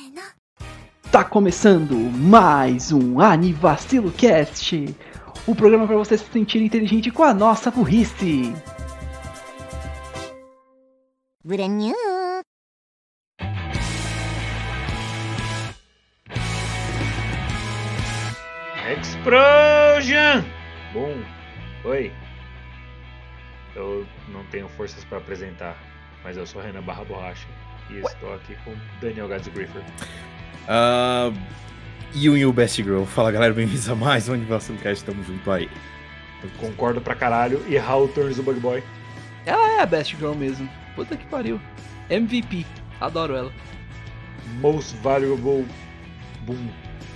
Tá começando mais um Anivacilo Cast, o programa para você se sentir inteligente com a nossa burrice. Explosion! Bom, oi. Eu não tenho forças para apresentar, mas eu sou Renan Barra Borracha e estou aqui com Daniel Gads Griffer. Yu Best Girl. Fala galera, bem-vindos a mais um Anivacilo Cast, tamo junto aí. Eu concordo pra caralho. E Hal Turns o Bug Boy. Ela é a Best Girl mesmo, puta que pariu. MVP, adoro ela. Most Valuable Boom.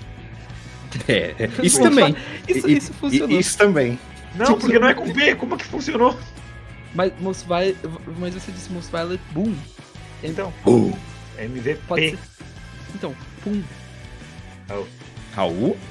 Isso também. Isso funcionou. Isso também. Não, porque não é com B, como é que funcionou? Mas você disse Most Violet Boom. Então, MVP. Pode ser. Então, Boom. Raul?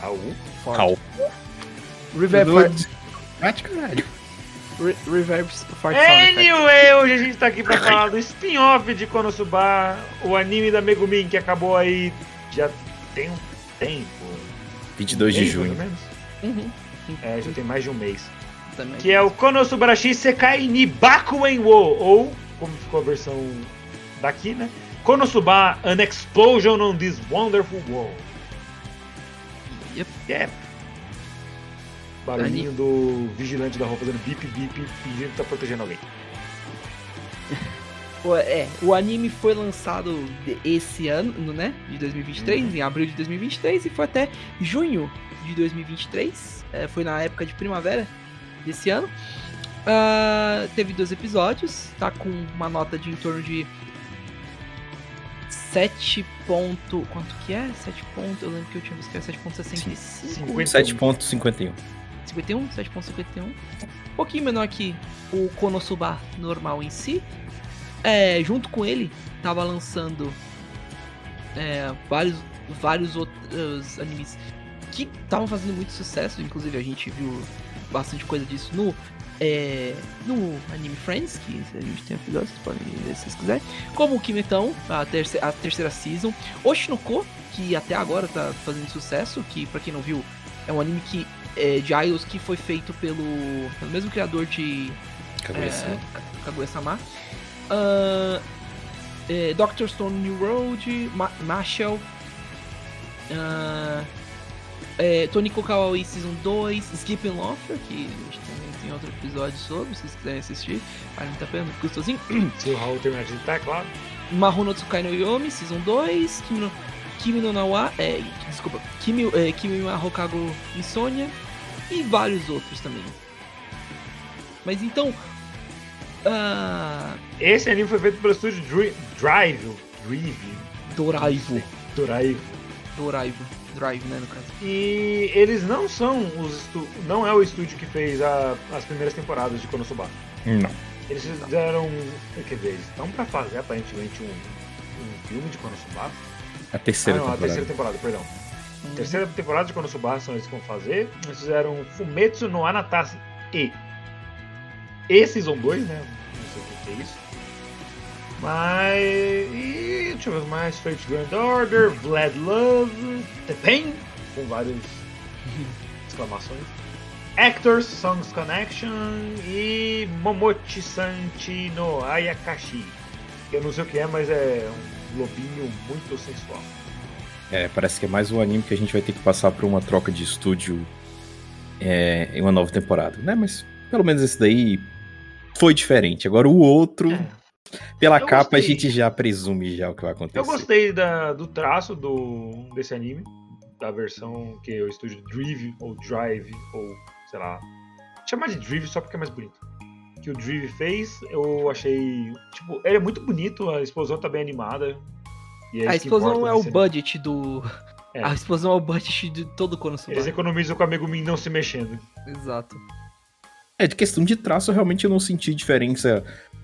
Reverb Caralho. Reverb Fart Sound. Anyway, hoje a gente tá aqui pra falar do spin-off de Konosuba, o anime da Megumin, que acabou aí já tem um tempo. 22 de junho. Mais ou menos. Uhum. Já tem mais de um mês. Também. Que é o Konosubarashi Sekai ni Bakuen wo, ou, como ficou a versão daqui, né? Konosuba, An Explosion on this Wonderful World. Yep. Barulhinho do vigilante da rua fazendo bip fingindo que tá protegendo alguém. O anime foi lançado esse ano, né? De 2023, em abril de 2023, e foi até junho de 2023. Foi na época de primavera desse ano. Teve 2 episódios, tá com uma nota de em torno de 7. Quanto que é? 7 pontos. Eu lembro que eu tinha visto que era 7.65. 7.51. 7.51. Um pouquinho menor que o Konosuba normal em si. Junto com ele, tava lançando vários outros animes que estavam fazendo muito sucesso. Inclusive a gente viu bastante coisa disso no Anime Friends, que a gente tem episódios, vocês podem ver se vocês quiserem. Como o Kimetão, a terceira season. Oshinoko, que até agora tá fazendo sucesso, que pra quem não viu, é um anime de idols que foi feito pelo mesmo criador de Kaguya-sama. Dr. Stone New Road, Marshall, Toniko Kawaii Season 2, Skipping Loafer, que a gente também tem outro episódio sobre, se vocês quiserem assistir, vale muito a pena, muito gostosinho. Se o Raul terminar de editar, claro. Mahou no Tsukai no Yomi, Season 2, Kimi no Nawa, Kimi wa Hokago Insomnia e vários outros também. Mas então... Esse anime foi feito pelo estúdio Drive, né, no caso. E eles não são não é o estúdio que fez as primeiras temporadas de Konosuba. Não. Eles fizeram, quer dizer, eles estão pra fazer aparentemente um filme de Konosuba. A terceira temporada. A terceira temporada, perdão. Terceira temporada de Konosuba são eles que vão fazer. Eles fizeram Fumetsu no Anatase e Season 2, né? Não sei o que é isso. Mas... deixa eu ver mais. Fate Grand Order, Vlad Love, The Pain, com várias exclamações. Actors, Songs Connection e Momochi-sanchi no Ayakashi. Eu não sei o que é, mas é um lobinho muito sensual. Parece que é mais um anime que a gente vai ter que passar por uma troca de estúdio em uma nova temporada, né? Mas pelo menos esse daí foi diferente. Agora o outro, pela capa, a gente já presume já o que vai acontecer. Eu gostei do traço desse anime, da versão que o estúdio Drive, ou sei lá, chamar de Drive só porque é mais bonito. Que o Drive fez, eu achei, tipo, ele é muito bonito, a explosão tá bem animada. E a explosão é o budget do... A explosão é o budget de todo o Konosuba. Eles economizam com a Megumin não se mexendo. Exato. De questão de traço, realmente eu não senti diferença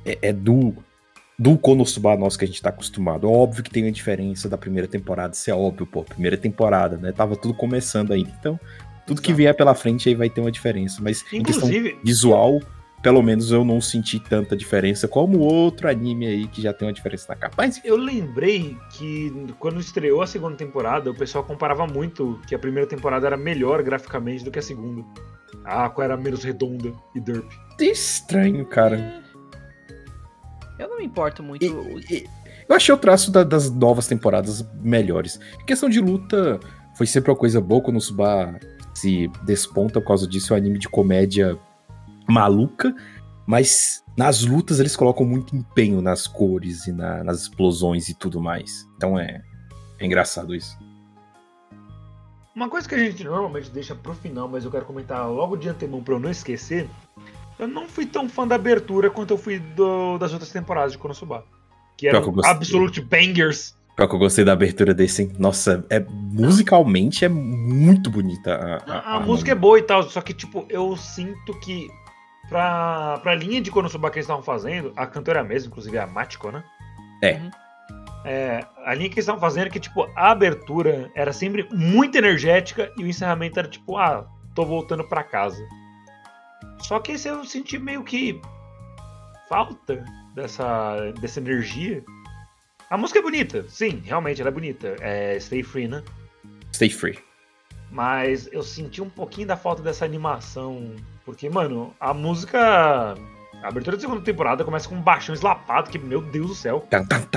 do Konosuba nosso que a gente tá acostumado. Óbvio que tem uma diferença da primeira temporada, isso é óbvio, primeira temporada, né? Tava tudo começando ainda, então tudo que vier pela frente aí vai ter uma diferença. Mas inclusive, em questão visual, pelo menos eu não senti tanta diferença como outro anime aí que já tem uma diferença na capa. Mas eu lembrei que quando estreou a segunda temporada, o pessoal comparava muito que a primeira temporada era melhor graficamente do que a segunda. A Aqua era menos redonda e derp. Estranho, cara. Eu não me importo muito. Eu achei o traço das novas temporadas melhores. Em questão de luta, foi sempre uma coisa boa quando o Suba se desponta por causa disso. É um anime de comédia maluca, mas nas lutas eles colocam muito empenho nas cores e nas explosões e tudo mais. Então é engraçado isso. Uma coisa que a gente normalmente deixa pro final, mas eu quero comentar logo de antemão pra eu não esquecer, eu não fui tão fã da abertura quanto eu fui das outras temporadas de Konosuba. Que eram absolute bangers. Pior que eu gostei da abertura desse, hein? Nossa, musicalmente é muito bonita. A música é boa e tal, só que tipo, eu sinto que pra linha de Konosuba que eles estavam fazendo, a cantora é a mesma, inclusive é a Machiko, né? A linha que eles estavam fazendo é que, tipo, a abertura era sempre muito energética e o encerramento era tipo, tô voltando pra casa. Só que esse eu senti meio que falta dessa energia. A música é bonita, sim, realmente ela é bonita. É Stay Free, né? Stay Free. Mas eu senti um pouquinho da falta dessa animação. Porque, mano, a música... A abertura da segunda temporada começa com um baixão eslapado, que, meu Deus do céu.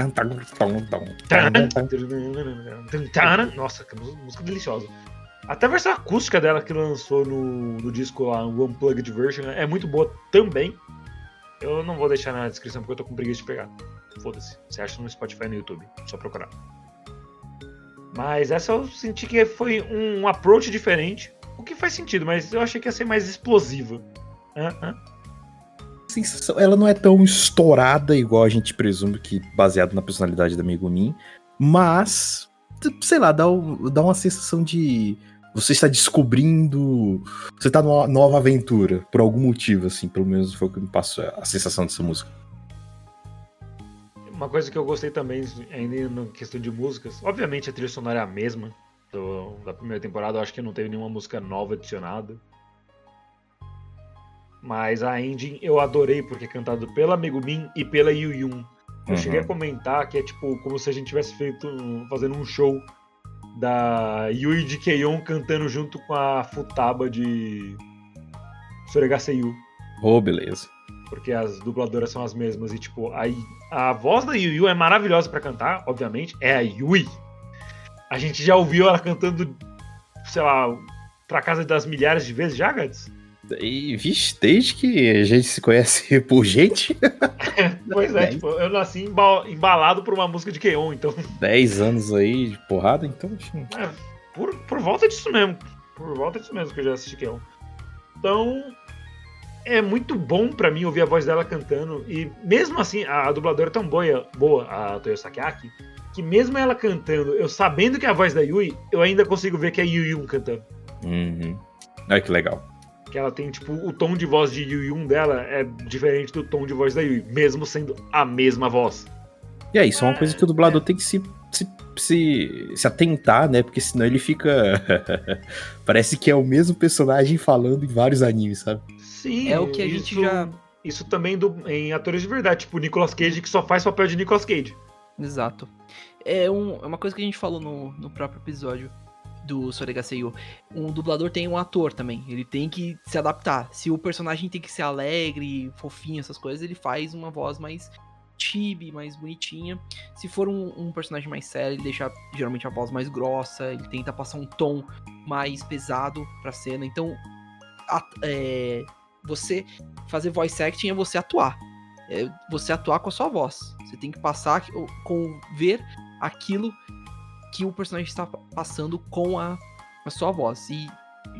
Nossa, que música deliciosa. Até a versão acústica dela que lançou no disco lá, o Unplugged Version, é muito boa também. Eu não vou deixar na descrição porque eu tô com preguiça de pegar. Foda-se. Você acha no Spotify e no YouTube. Só procurar. Mas essa eu senti que foi um approach diferente. O que faz sentido, mas eu achei que ia ser mais explosiva. Sensação, ela não é tão estourada igual a gente presume que baseado na personalidade da Megumin, mas sei lá, dá uma sensação de você está descobrindo, você está numa nova aventura por algum motivo, assim, pelo menos foi o que me passou a sensação dessa música. Uma coisa que eu gostei também, ainda na questão de músicas, obviamente a trilha sonora é a mesma da primeira temporada, eu acho que não teve nenhuma música nova adicionada. Mas a ending eu adorei, porque é cantado pela Megumin e pela Yuyun. Eu cheguei a comentar que é tipo como se a gente tivesse fazendo um show da Yui de Keion cantando junto com a Futaba de Soregaseyu. Beleza. Porque as dubladoras são as mesmas e tipo, a voz da Yuyu é maravilhosa pra cantar, obviamente, é a Yui. A gente já ouviu ela cantando, sei lá, pra casa das milhares de vezes já, Gats? E, vixe, desde que a gente se conhece por gente. Pois é, tipo, eu nasci embalado por uma música de Keion, então... 10 anos aí de porrada, então... Por volta disso mesmo. Por volta disso mesmo que eu já assisti Keion. Então, é muito bom pra mim ouvir a voz dela cantando. E mesmo assim, a dubladora é tão boa, a Toyo Sakiaki, que mesmo ela cantando, eu sabendo que é a voz da Yui, eu ainda consigo ver que é a Yuyun cantando. Ai, que legal. Que ela tem, tipo, o tom de voz de Yuyun dela é diferente do tom de voz da Yui, mesmo sendo a mesma voz. E aí, isso é uma coisa que o dublador tem que se atentar, né? Porque senão ele fica... Parece que é o mesmo personagem falando em vários animes, sabe? Sim, é o que a gente já... Isso também em atores de verdade, tipo o Nicolas Cage, que só faz papel de Nicolas Cage. Exato. É uma coisa que a gente falou no próprio episódio do Soregaseyu. Um dublador tem um ator também. Ele tem que se adaptar. Se o personagem tem que ser alegre, fofinho, essas coisas, ele faz uma voz mais chibi, mais bonitinha. Se for um personagem mais sério, ele deixa geralmente a voz mais grossa. Ele tenta passar um tom mais pesado pra cena. Então, você fazer voice acting é você atuar. É você atuar com a sua voz. Você tem que passar, ver aquilo que o personagem está passando com a sua voz. E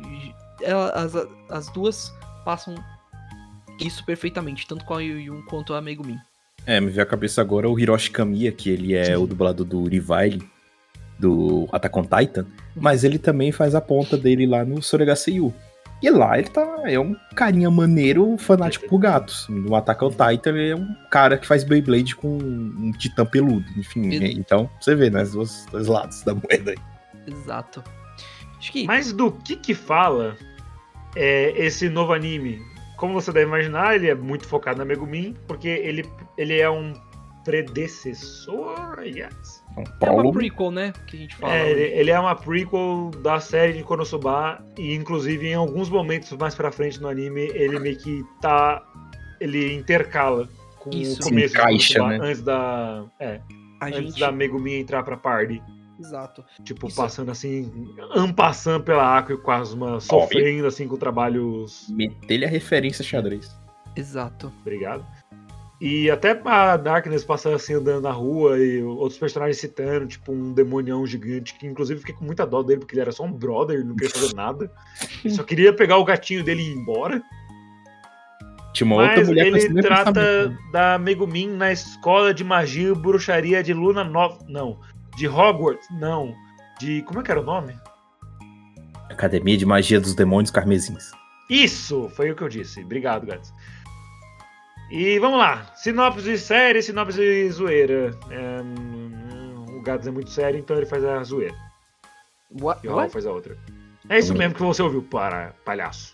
as duas passam isso perfeitamente, tanto com a Yuyun quanto a Megumin. Me veio à cabeça agora o Hiroshi Kamiya, que ele é o dublador do Revile, do Attack on Titan, mas ele também faz a ponta dele lá no Soregaseyu. E lá ele é um carinha maneiro, fanático por gatos. No Attack on Titan ele é um cara que faz Beyblade com um titã peludo. Enfim, então você vê, né, os dois lados da moeda aí. Exato. Acho que... Mas do que fala esse novo anime? como você deve imaginar, ele é muito focado na Megumin, porque ele é um predecessor, yes. É uma prequel, né? Que a gente fala. Ele é uma prequel da série de Konosuba, e inclusive em alguns momentos mais pra frente no anime, ele meio que ele intercala com Isso. o começo de Encaixa, Konosuba, né? antes da Megumin entrar pra party. Exato. Tipo, Isso. passando assim, ampassando pela Aqua e Kazuma, sofrendo assim com trabalhos... Meter-lhe a referência xadrez. Exato. Obrigado. E até a Darkness passando assim, andando na rua e outros personagens citando, tipo um demonião gigante, que inclusive fiquei com muita dó dele, porque ele era só um brother, ele não queria fazer nada. Ele só queria pegar o gatinho dele e ir embora. Tinha uma outra Mas mulher com esse ele mesmo trata pensamento. da Megumin na escola de magia e bruxaria de Luna Nova. Não. De Hogwarts. Não. De... Como é que era o nome? Academia de Magia dos Demônios Carmesins. Isso! Foi o que eu disse. Obrigado, Gats. E vamos lá. Sinopse séria, sinopse zoeira. O Gats é muito sério, então ele faz a zoeira. What? E o Raul faz a outra. É isso mesmo que você ouviu, palhaço.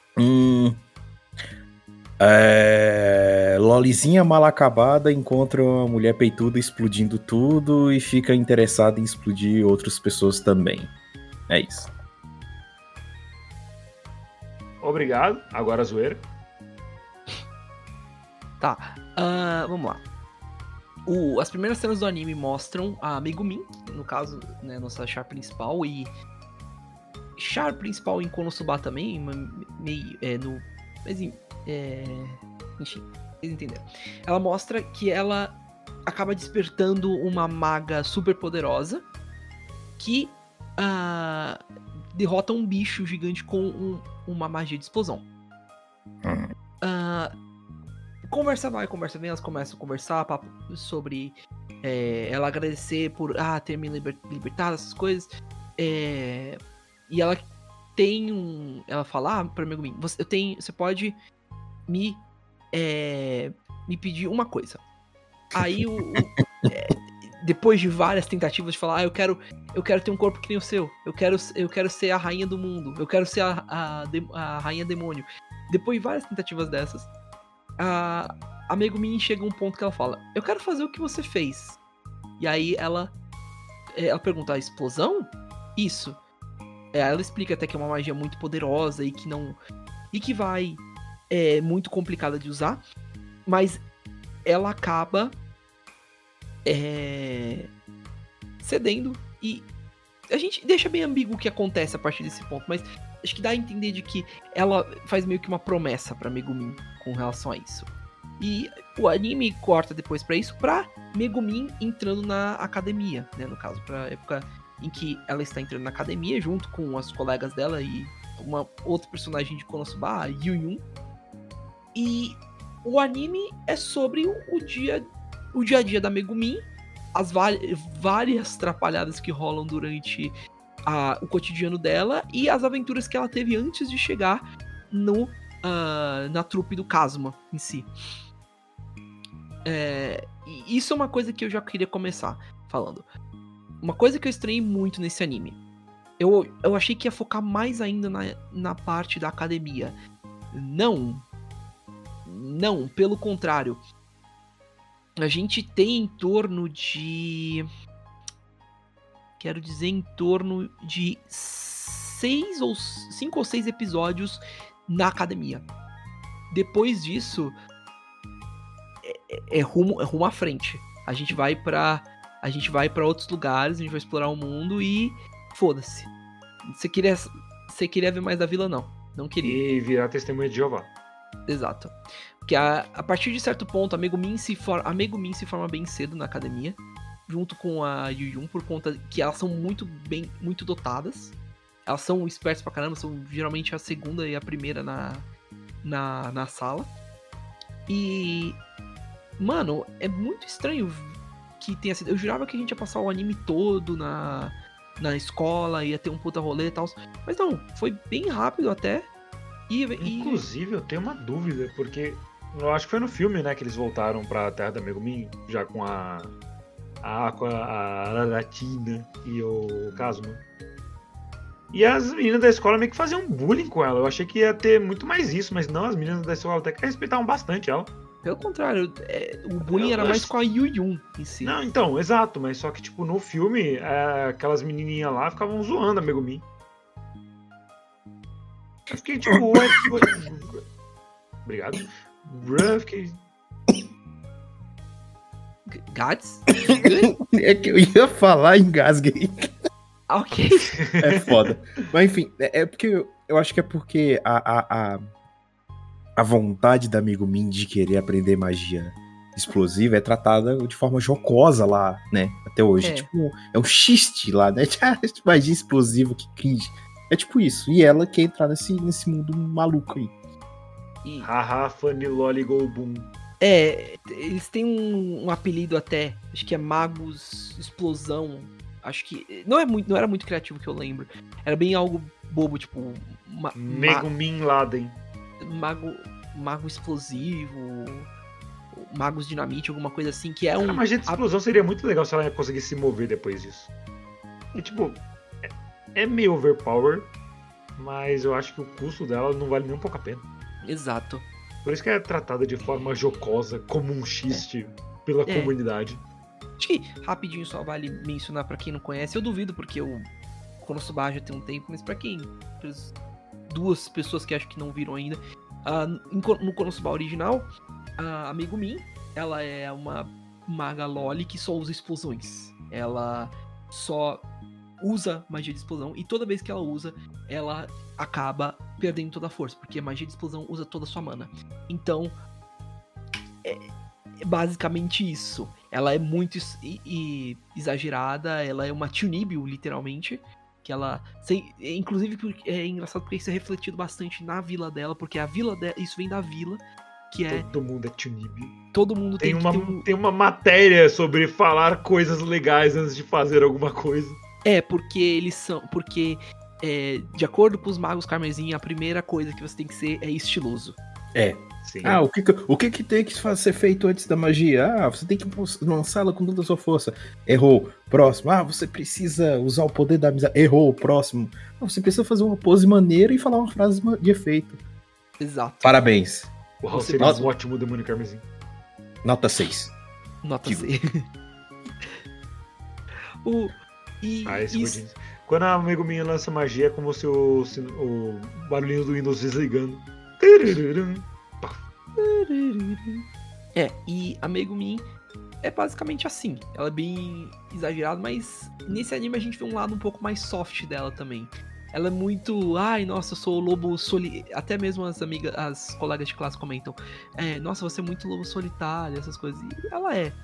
Lolizinha mal acabada encontra uma mulher peituda explodindo tudo e fica interessada em explodir outras pessoas também. É isso. Obrigado. Agora a zoeira. Tá, vamos lá. As primeiras cenas do anime mostram a Megumin, no caso, né, nossa char principal, e char principal em Konosuba também, meio, enfim, vocês entenderam. Ela mostra que ela acaba despertando uma maga super poderosa que derrota um bicho gigante com uma magia de explosão. Conversa vai, conversa vem, elas começam a conversar papo sobre ela agradecer por ter me libertado, essas coisas. E ela tem ela fala pra Megumin, você pode me pedir uma coisa. Aí depois de várias tentativas de falar, eu quero ter um corpo que nem o seu, eu quero ser a rainha do mundo, eu quero ser a rainha demônio. Depois de várias tentativas dessas, a Megumin chega a um ponto que ela fala, eu quero fazer o que você fez. E aí ela pergunta, a explosão? Isso. Ela explica até que é uma magia muito poderosa e que vai muito complicada de usar, mas ela acaba cedendo, e a gente deixa bem ambíguo o que acontece a partir desse ponto, mas acho que dá a entender de que ela faz meio que uma promessa pra Megumin com relação a isso. E o anime corta depois pra isso, pra Megumin entrando na academia, né, no caso, pra época em que ela está entrando na academia junto com as colegas dela e uma outra personagem de Konosuba, a Yu-Yun. E o anime é sobre o dia a dia da Megumin, as várias atrapalhadas que rolam durante o cotidiano dela e as aventuras que ela teve antes de chegar na trupe do Kazuma em si. E isso é uma coisa que eu já queria começar falando. Uma coisa que eu estranhei muito nesse anime. Eu achei que ia focar mais ainda na parte da academia. Não, pelo contrário. A gente tem em torno de 5 ou 6 episódios na academia. Depois disso, é rumo à frente. A gente vai pra outros lugares, a gente vai explorar o mundo e foda-se. Você queria ver mais da vila? Não queria. E virar testemunha de Jeová. Exato. Porque a partir de certo ponto, a Megumin se forma bem cedo na academia, junto com a Yu-Yun, por conta que elas são muito dotadas. Elas são espertas pra caramba, são geralmente a segunda e a primeira na sala. E, mano, é muito estranho que tenha sido... Eu jurava que a gente ia passar o anime todo na escola, ia ter um puta rolê e tal. Mas não, foi bem rápido até. Inclusive, eu tenho uma dúvida, porque eu acho que foi no filme, né, que eles voltaram pra Terra da Megumin, já com a Aqua, a Araratina e o Kazuma. E as meninas da escola meio que faziam bullying com ela. Eu achei que ia ter muito mais isso, mas não, as meninas da escola até que respeitavam bastante ela. Pelo contrário, o bullying era mais com a Yu-Yun em si. Não, então, exato, mas só que, tipo, no filme, aquelas menininhas lá ficavam zoando a Megumin. Eu fiquei, tipo, obrigado. Eu fiquei... Gats? É que eu ia falar, engasguei. Ok. É foda. Mas enfim, é porque eu acho que é porque a vontade da Megumin de querer aprender magia explosiva é tratada de forma jocosa lá, né? Até hoje. Tipo, é um xiste lá, né? Magia explosiva, que cringe. É tipo isso. E ela quer entrar nesse mundo maluco aí. Haha, funny lolly go boom. Eles têm um apelido até, acho que é Magos Explosão. Acho que não era muito criativo que eu lembro. Era bem algo bobo, tipo Megumin Laden. Mago Explosivo, Magos Dinamite, alguma coisa assim, que é A magia de explosão seria muito legal se ela conseguisse se mover depois disso. E tipo, é meio overpower, mas eu acho que o custo dela não vale nem um pouco a pena. Exato. Por isso que é tratada de forma jocosa, como um xiste pela comunidade. Acho que rapidinho só vale mencionar pra quem não conhece. Eu duvido porque o Konosuba já tem um tempo, mas pra quem... duas pessoas que acho que não viram ainda. No Konosuba original, a Megumin, ela é uma maga loli que só usa explosões. Ela só usa magia de explosão e toda vez que ela usa, ela acaba perdendo toda a força, porque a magia de explosão usa toda a sua mana. Então, é basicamente isso. Ela é muito exagerada, ela é uma Chunibyo, literalmente. Que ela. Inclusive, é engraçado porque isso é refletido bastante na vila dela, porque a vila dela. Isso vem da vila, que é. Todo mundo é Chunibyo. Todo mundo tem tem uma matéria sobre falar coisas legais antes de fazer alguma coisa. Porque eles são. Porque, de acordo com os magos carmesim, a primeira coisa que você tem que ser é estiloso. Sim. O que tem que ser feito antes da magia? Você tem que lançá-la com toda a sua força. Errou. Próximo. Você precisa usar o poder da amizade. Errou. Próximo. Você precisa fazer uma pose maneira e falar uma frase de efeito. Exato. Parabéns. Uau, seria um ótimo demônio carmesim. Nota 6. Nota 6. Quando a Megumin lança magia, é como se o barulhinho do Windows desligando. E a Megumin é basicamente assim. Ela é bem exagerada, mas nesse anime a gente vê um lado um pouco mais soft dela também. Ela é muito... Ai, nossa, eu sou o lobo solitário. Até mesmo as colegas de classe comentam. Nossa, você é muito lobo solitário, essas coisas. E ela é.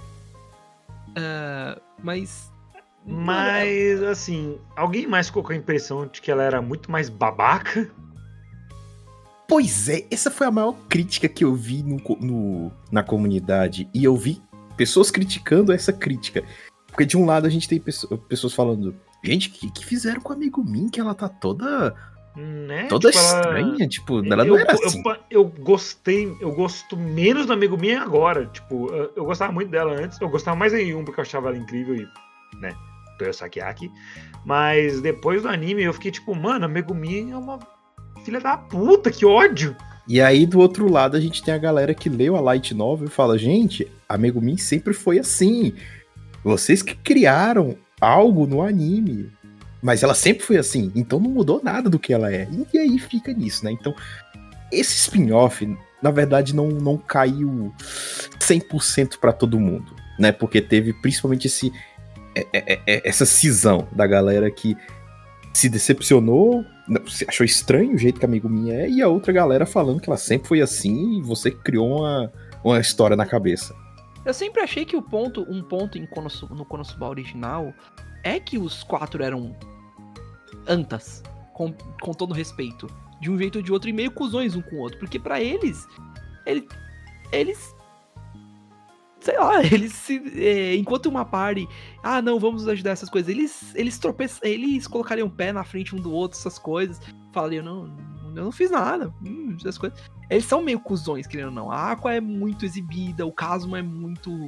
Mas, assim, alguém mais ficou com a impressão de que ela era muito mais babaca? Pois é, essa foi a maior crítica que eu vi na comunidade. E eu vi pessoas criticando essa crítica. Porque de um lado a gente tem pessoas falando... Gente, o que fizeram com a Megumin? Que ela tá toda... Né? Toda estranha, ela não era assim. Eu gosto menos da Megumin agora. Tipo, eu gostava muito dela antes. Eu gostava mais em porque eu achava ela incrível e, né, Toyo Sakiaki. Mas depois do anime eu fiquei tipo, mano, a Megumin é uma filha da puta, que ódio. E aí do outro lado a gente tem a galera que leu a Light Novel e fala, gente, a Megumin sempre foi assim. Vocês que criaram algo no anime. Mas ela sempre foi assim, então não mudou nada do que ela é. E aí fica nisso, né? Então, esse spin-off, na verdade, não caiu 100% pra todo mundo, né? Porque teve principalmente essa cisão da galera que se decepcionou, achou estranho o jeito que a Megumin é, e a outra galera falando que ela sempre foi assim e você criou uma história na cabeça. Eu sempre achei que um ponto no Konosuba original é que os 4 eram antas, com todo respeito, de um jeito ou de outro, e meio cuzões um com o outro, porque pra eles sei lá, enquanto uma party, não, vamos ajudar essas coisas, eles colocariam o pé na frente um do outro, essas coisas, falariam, eu não fiz nada, essas coisas. Eles são meio cuzões, querendo ou não. A Aqua é muito exibida, o Kazuma é muito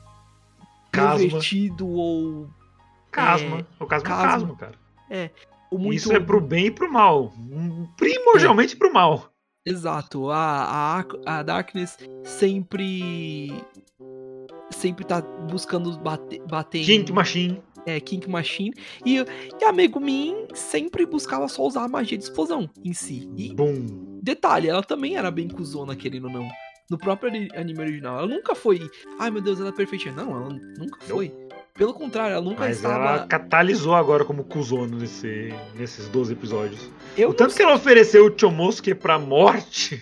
divertido, ou... O Kazuma é Kazuma, cara. Isso é pro bem e pro mal. Primordialmente pro mal. Exato. A Darkness sempre tá buscando bater Kink Machine. Kink Machine. E a Megumin sempre buscava só usar a magia de explosão em si. E Boom. detalhe, ela também era bem cuzona, querendo ou não. No próprio anime original. Ela nunca foi, ai meu Deus, ela é perfeitinha. Não, ela nunca foi. Pelo contrário, ela nunca estava... Mas ela catalisou agora como cuzona nesses 12 episódios. O tanto que ela ofereceu o Chomosuke pra morte...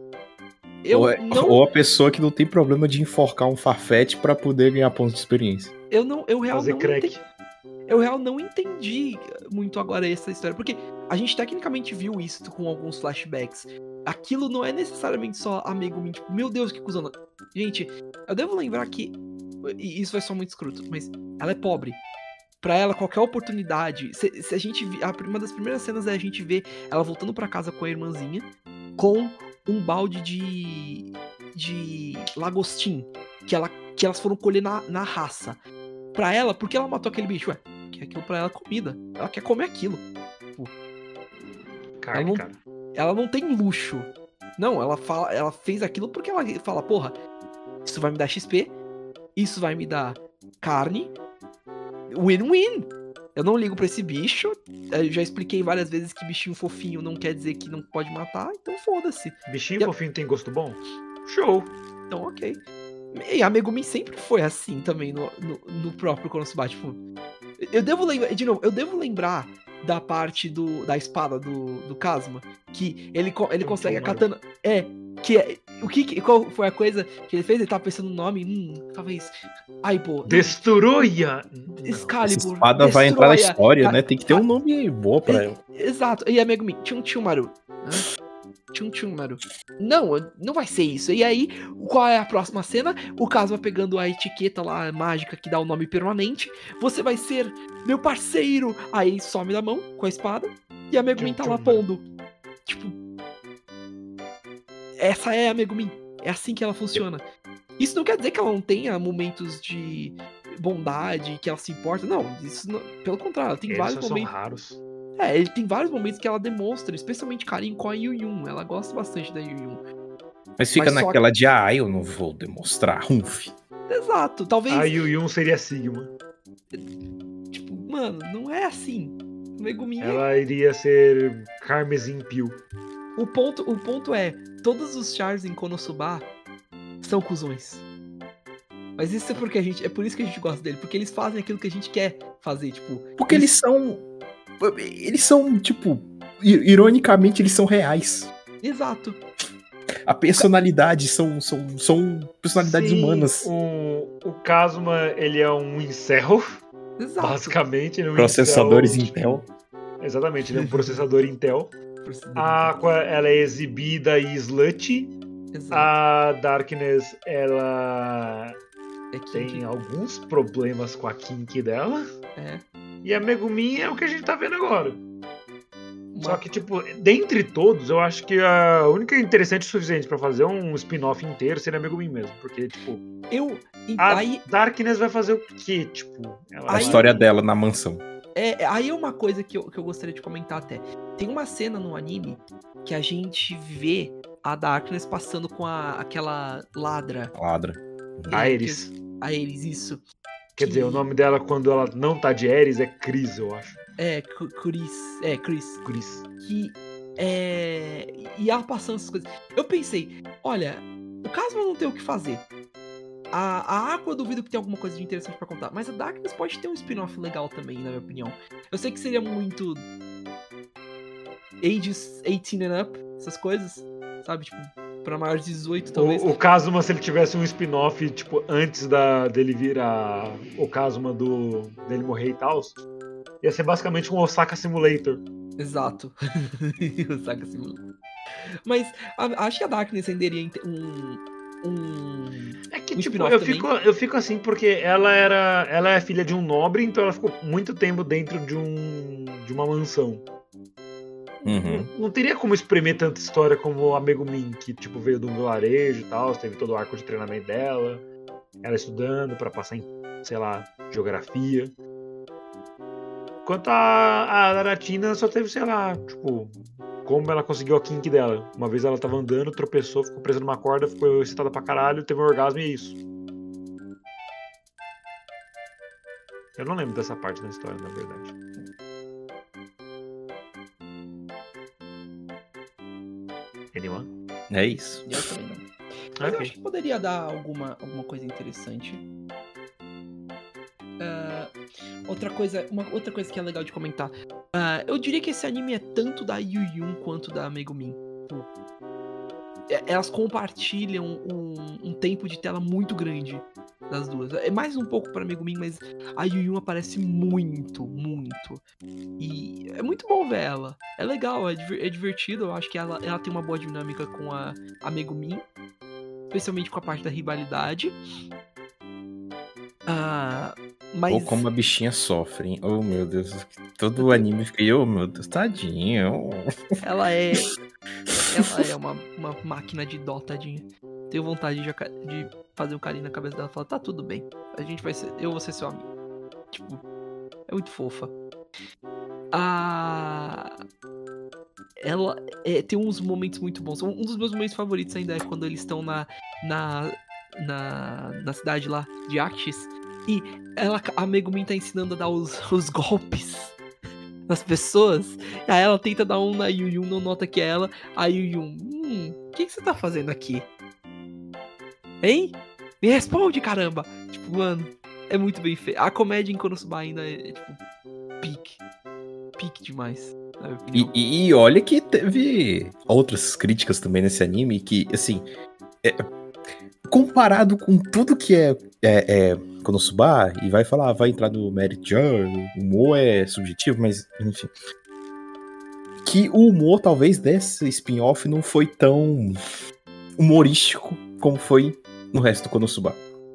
Ou a pessoa que não tem problema de enforcar um Farfetch pra poder ganhar pontos de experiência. Eu real Fazer não crack. entendi. Eu real não entendi muito agora essa história, porque a gente tecnicamente viu isso com alguns flashbacks. Aquilo não é necessariamente só a Megumin, tipo, meu Deus, que cuzona. Gente, eu devo lembrar que, e isso vai ser muito escroto, mas ela é pobre. Pra ela, qualquer oportunidade, se a gente uma das primeiras cenas é a gente ver ela voltando pra casa com a irmãzinha, com um balde de lagostim, que elas foram colher na raça. Pra ela, por que ela matou aquele bicho? Ué, porque aquilo pra ela é comida. Ela quer comer aquilo. Carne, ela não tem luxo. Não, ela fez aquilo porque ela fala, porra, isso vai me dar XP, isso vai me dar carne, win-win. Eu não ligo pra esse bicho. Eu já expliquei várias vezes que bichinho fofinho não quer dizer que não pode matar, então foda-se. Bichinho fofinho tem gosto bom? Show! Então, ok. E a Megumin sempre foi assim também no próprio Konosuba. Tipo, eu devo lembrar da parte da espada do Kazuma, que ele consegue a katana. Qual foi a coisa que ele fez? Ele tava pensando no nome, talvez. Ai, pô. Destruia! Excalibur. Essa espada vai entrar na história, né? Tem que ter um nome bom pra ela. Exato. E a Megumin, Chunchumaru. Chunchumaru. Não vai ser isso. E aí, qual é a próxima cena? O Kazuma pegando a etiqueta lá mágica que dá o nome permanente. Você vai ser meu parceiro. Aí some da mão com a espada. E a Megumin tá lá pondo. Tipo, essa é a Megumin. É assim que ela funciona. Isso não quer dizer que ela não tenha momentos de bondade, que ela se importa. Não, isso não, pelo contrário, ela tem vários momentos. São raros. Ele tem vários momentos que ela demonstra, especialmente carinho com a Yuyun. Ela gosta bastante da Yuyun. Mas fica naquela de, eu não vou demonstrar, Ruff. Exato, talvez... A Yuyun seria Sigma. Tipo, mano, não é assim. Megumin ela iria ser Carmesim Peel. O ponto é, todos os chars em Konosuba são cuzões. Mas isso é porque é por isso que a gente gosta dele, porque eles fazem aquilo que a gente quer fazer, tipo... Porque eles são, tipo, ironicamente, eles são reais. Exato. A personalidade são personalidades humanas. O Kazuma, ele é um incel. Exato. Basicamente, ele é um processadores incel. Intel. Exatamente, ele é um processador Intel. A Aqua, ela é exibida e slutty. Exato. A Darkness, ela tem alguns problemas com a kink dela. E a Megumin é o que a gente tá vendo agora. Só que, tipo, dentre todos, eu acho que a única interessante o suficiente pra fazer um spin-off inteiro seria a Megumin mesmo. Porque, tipo... Darkness vai fazer o quê? Tipo... A história dela na mansão. Aí é uma coisa que eu gostaria de comentar até. Tem uma cena no anime que a gente vê a Darkness passando com aquela ladra. Aeris. Aeris, isso. Quer dizer, o nome dela quando ela não tá de Aeris é Chris, eu acho. Chris. E ela passando essas coisas. Eu pensei, olha, o Kazuma não tem o que fazer. A Aqua eu duvido que tenha alguma coisa de interessante pra contar. Mas a Darkness pode ter um spin-off legal também, na minha opinião. Eu sei que seria muito... Ages 18 and up, essas coisas. Sabe, tipo, pra maiores de 18, talvez. O Kazuma, se ele tivesse um spin-off, tipo, antes dele virar o Kazuma dele morrer e tal, ia ser basicamente um Osaka Simulator. Exato. Osaka Simulator. Mas acho que a Darkness renderia É que, tipo, eu fico assim porque ela é filha de um nobre, então ela ficou muito tempo dentro de uma mansão. Uhum. Não teria como espremer tanta história como a Megumin, que, tipo, veio de um vilarejo e tal, teve todo o arco de treinamento dela, ela estudando pra passar em, sei lá, geografia. Enquanto a Aratina só teve, sei lá, tipo, como ela conseguiu a kink dela. Uma vez ela tava andando, tropeçou, ficou presa numa corda, ficou excitada pra caralho, teve um orgasmo e é isso. Eu não lembro dessa parte da história, na verdade. Anyone? É isso. Eu também não. Mas eu acho que poderia dar alguma coisa interessante. Outra coisa que é legal de comentar. Eu diria que esse anime é tanto da Yu Yun quanto da Megumin. Elas compartilham um tempo de tela muito grande das duas. É mais um pouco pra Megumin, mas a Yu Yun aparece muito, muito. E é muito bom ver ela. É legal, é divertido. Eu acho que ela tem uma boa dinâmica com a Megumin. Especialmente com a parte da rivalidade. Mas... Ou como a bichinha sofre, hein? Oh, meu Deus. Todo o anime fica... Oh, meu Deus, tadinho. Ela é uma máquina de dó, tadinha. Tenho vontade de fazer um carinho na cabeça dela e falar, tá tudo bem. Eu vou ser seu amigo. Tipo, é muito fofa. Ela tem uns momentos muito bons. Um dos meus momentos favoritos ainda é quando eles estão na cidade lá de Axis. E a Megumin tá ensinando a dar os golpes nas pessoas. Aí ela tenta dar um na Yu Yun, não nota que é ela. A Yu Yun, o que você tá fazendo aqui? Hein? Me responde, caramba! Tipo, mano, é muito bem feito. A comédia em Konosuba ainda é tipo, pique demais. E olha que teve outras críticas também nesse anime que, assim, comparado com tudo que é Konosuba, e vai entrar no mérito de o humor é subjetivo, mas enfim, que o humor talvez desse spin-off não foi tão humorístico como foi no resto do Konosuba.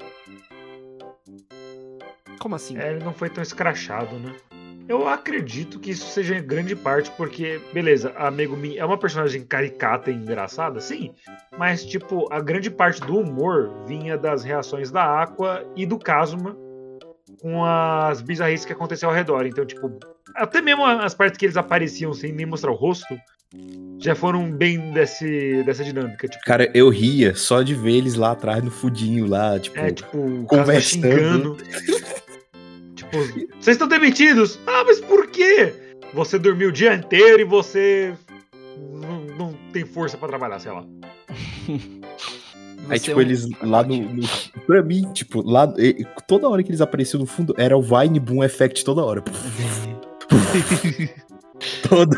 Como assim? Ele não foi tão escrachado, né? Eu acredito que isso seja em grande parte porque, beleza, a Megumin é uma personagem caricata e engraçada, sim, mas, tipo, a grande parte do humor vinha das reações da Aqua e do Kazuma com as bizarrices que aconteciam ao redor. Então, tipo, até mesmo as partes que eles apareciam sem nem mostrar o rosto já foram bem dessa dinâmica. Tipo, cara, eu ria só de ver eles lá atrás no fudinho lá, tipo conversando. Vocês estão demitidos? Ah, mas por quê? Você dormiu o dia inteiro e você não tem força pra trabalhar, sei lá. Aí, tipo, eles lá no... Pra mim, tipo, lá... Toda hora que eles apareciam no fundo, era o Vine Boom Effect toda hora. Toda.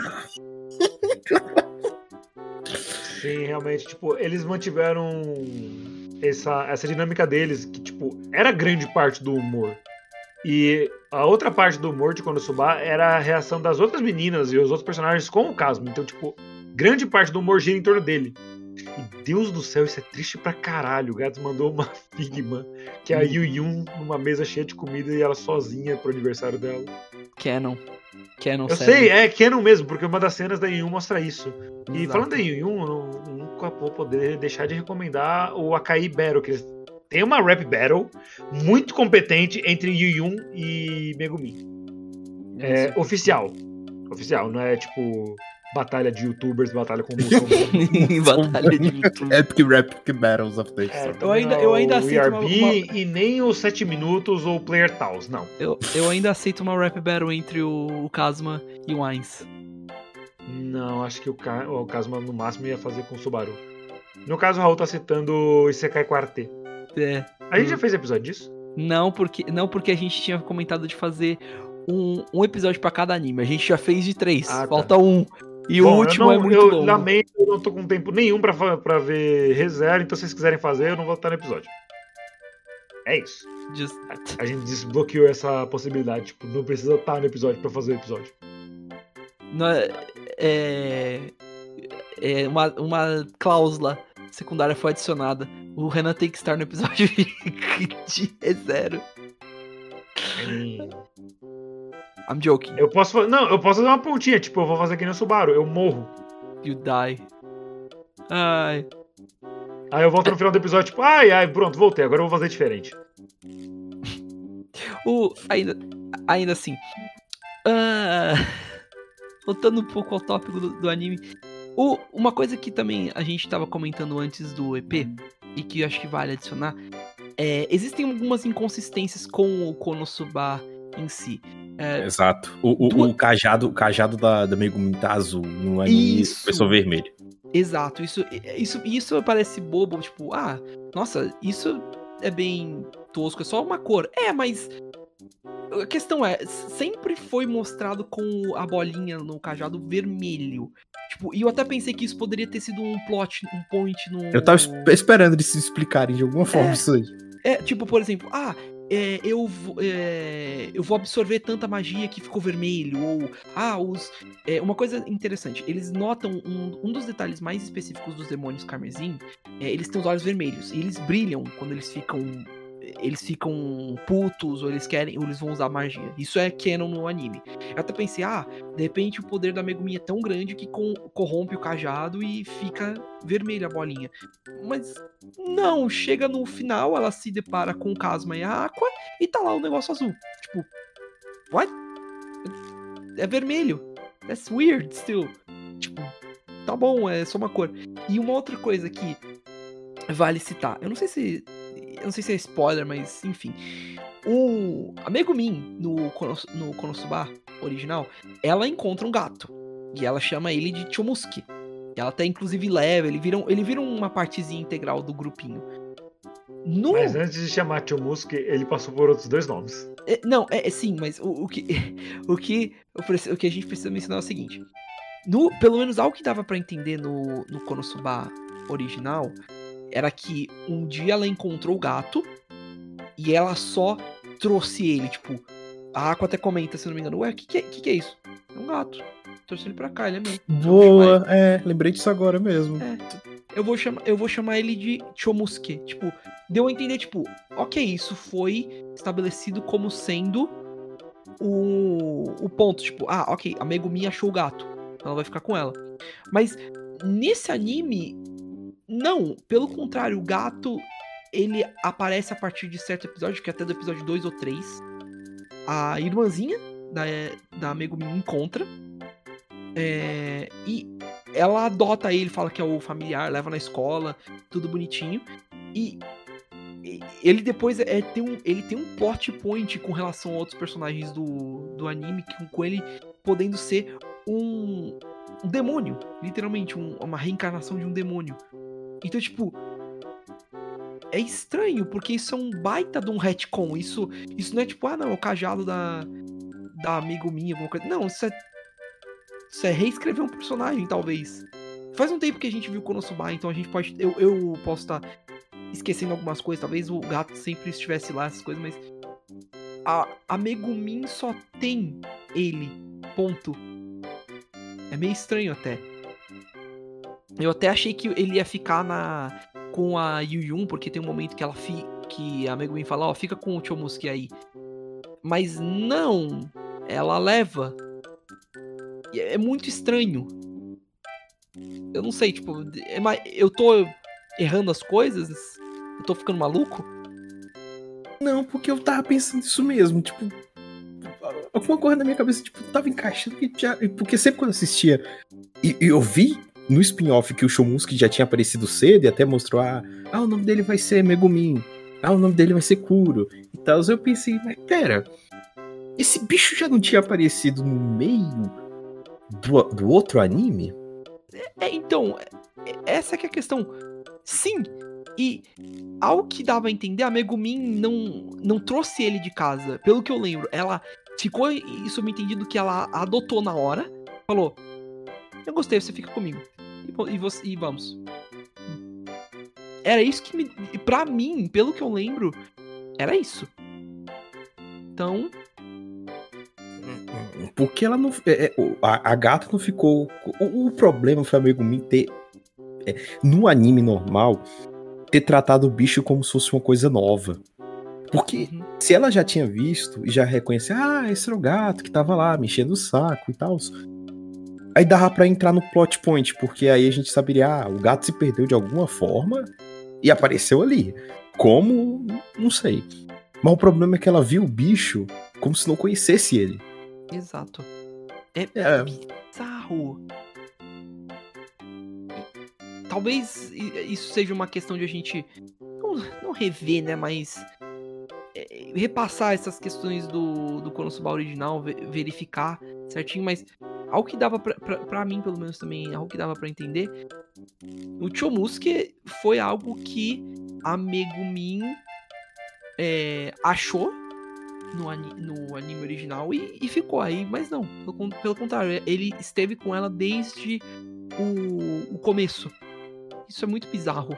Sim, realmente, tipo, eles mantiveram essa dinâmica deles, que, tipo, era grande parte do humor. E a outra parte do humor de Konosuba era a reação das outras meninas e os outros personagens com o Kazuma. Então, tipo, grande parte do humor gira em torno dele. E Deus do céu, isso é triste pra caralho. O Gats mandou uma Figma, que é a Yu Yun numa mesa cheia de comida e ela sozinha pro aniversário dela. Canon. Eu sei, é Canon mesmo, porque uma das cenas da Yu Yun mostra isso. E Exato. falando da Yu Yun, eu nunca vou poder deixar de recomendar o Akai Battle, que eles tem uma rap battle muito competente entre Yu Yun e Megumin. É oficial. Oficial, não é tipo batalha de youtubers, batalha com batalha de youtubers. Epic Rap Battles of the Eu ainda aceito ERB e nem os 7 minutos ou Player Taos, não. Eu ainda aceito uma rap battle entre o Kazuma e o Ainz. Não, acho que o Kazuma no máximo ia fazer com o Subaru. No caso, o Raul tá citando Isekai Quartet. A gente já fez episódio disso? Não, porque a gente tinha comentado de fazer um episódio pra cada anime. A gente já fez de 3. Falta um. E o último é muito longo. Eu lamento, eu não tô com tempo nenhum pra ver ReZero, então se vocês quiserem fazer, eu não vou estar no episódio. É isso. A gente desbloqueou essa possibilidade. Tipo, não precisa estar no episódio pra fazer o episódio. Uma cláusula secundária foi adicionada. O Renan tem que estar no episódio de ReZero. I'm joking. Eu posso fazer uma pontinha, tipo, eu vou fazer aqui no Subaru, eu morro. You die. Ai. Aí eu volto no final do episódio, tipo, pronto, voltei, agora eu vou fazer diferente. Ainda assim, Voltando um pouco ao tópico do anime. Uma coisa que também a gente tava comentando antes do EP, e que eu acho que vale adicionar, existem algumas inconsistências com o Konosuba em si. Exato. O cajado da Megumin tá azul no anime começou vermelho. Exato. Isso parece bobo, tipo, nossa, isso é bem tosco, é só uma cor. Mas a questão sempre foi mostrado com a bolinha no cajado vermelho. Tipo, e eu até pensei que isso poderia ter sido um point no... Eu tava esperando eles se explicarem de alguma forma isso aí. Tipo, por exemplo, eu vou absorver tanta magia que ficou vermelho, ou uma coisa interessante, eles notam um dos detalhes mais específicos dos demônios carmesim, eles têm os olhos vermelhos, e eles brilham quando eles ficam putos, ou eles vão usar magia. Isso é canon no anime. Eu até pensei, de repente o poder da Megumin é tão grande que corrompe o cajado e fica vermelha a bolinha. Mas não, chega no final, ela se depara com o Kazuma e a Aqua, e tá lá o negócio azul. Tipo, what? É vermelho. That's weird still. Tipo, tá bom, é só uma cor. E uma outra coisa que vale citar, eu não sei se é spoiler, mas enfim. A Megumin, no Konosuba original, ela encontra um gato. E ela chama ele de Chomusuke. Ela até inclusive leva, ele vira uma partezinha integral do grupinho. Mas antes de chamar Chomusuke, ele passou por outros 2 nomes. Sim, mas o que a gente precisa mencionar é o seguinte. Pelo menos algo que dava pra entender no Konosuba original era que um dia ela encontrou o gato e ela só trouxe ele, tipo, a Aqua até comenta, se não me engano, ué, que é isso? É um gato. Trouxe ele pra cá, ele é meu. Boa, lembrei disso agora mesmo. Eu vou chamar ele de Chomusuke. Tipo, deu a entender, tipo, ok, isso foi estabelecido como sendo o ponto, tipo, ok, a Megumin achou o gato, ela vai ficar com ela. Mas nesse anime, não, pelo contrário, o gato, ele aparece a partir de certo episódio, que é até do episódio 2 ou 3. A irmãzinha da Megumin encontra, e ela adota ele, fala que é o familiar, leva na escola, tudo bonitinho. E ele depois ele tem um plot point com relação a outros personagens do anime, com ele podendo ser um demônio, literalmente, uma reencarnação de um demônio. Então, tipo, é estranho, porque isso é um baita de um retcon. Isso não é tipo, não, é o cajado da Megumin, alguma coisa. Não, isso é reescrever um personagem, talvez. Faz um tempo que a gente viu Konosuba, então a gente pode... Eu posso estar esquecendo algumas coisas, talvez o gato sempre estivesse lá, essas coisas, mas... A Megumin só tem ele, ponto. É meio estranho até. Eu até achei que ele ia ficar com a Yuyun, porque tem um momento que a Megumin fala, fica com o Chomusuke aí. Mas não, ela leva... É muito estranho. Eu não sei, tipo, eu tô errando as coisas? Eu tô ficando maluco? Não, porque eu tava pensando isso mesmo, tipo, alguma coisa na minha cabeça, tipo, tava encaixando, porque sempre quando eu assistia, e eu vi no spin-off que o Chomusuke já tinha aparecido cedo e até mostrou, o nome dele vai ser Megumin, o nome dele vai ser Kuro, e tal, eu pensei, mas pera, esse bicho já não tinha aparecido no meio do outro anime? Então, essa que é a questão. Sim, e ao que dava a entender, a Megumin não trouxe ele de casa. Pelo que eu lembro, ela ficou subentendido que ela adotou na hora, falou, eu gostei, você fica comigo, e vamos. Era isso que pra mim, pelo que eu lembro, era isso. Então... Porque ela não... A gata não ficou... O problema foi a Megumin ter... no anime normal, ter tratado o bicho como se fosse uma coisa nova. Porque se ela já tinha visto e já reconhecia, esse era o gato que tava lá, mexendo o saco e tal, aí dava pra entrar no plot point, porque aí a gente saberia, o gato se perdeu de alguma forma e apareceu ali. Como? Não sei. Mas o problema é que ela viu o bicho como se não conhecesse ele. Exato. É bizarro. Talvez isso seja uma questão de a gente não rever, né, mas repassar essas questões do Konosuba original, verificar certinho, mas algo que dava pra mim, pelo menos também, algo que dava pra entender, o Chomusuke foi algo que a Megumin achou no anime original e ficou aí, mas não, pelo contrário, ele esteve com ela desde o começo. Isso é muito bizarro.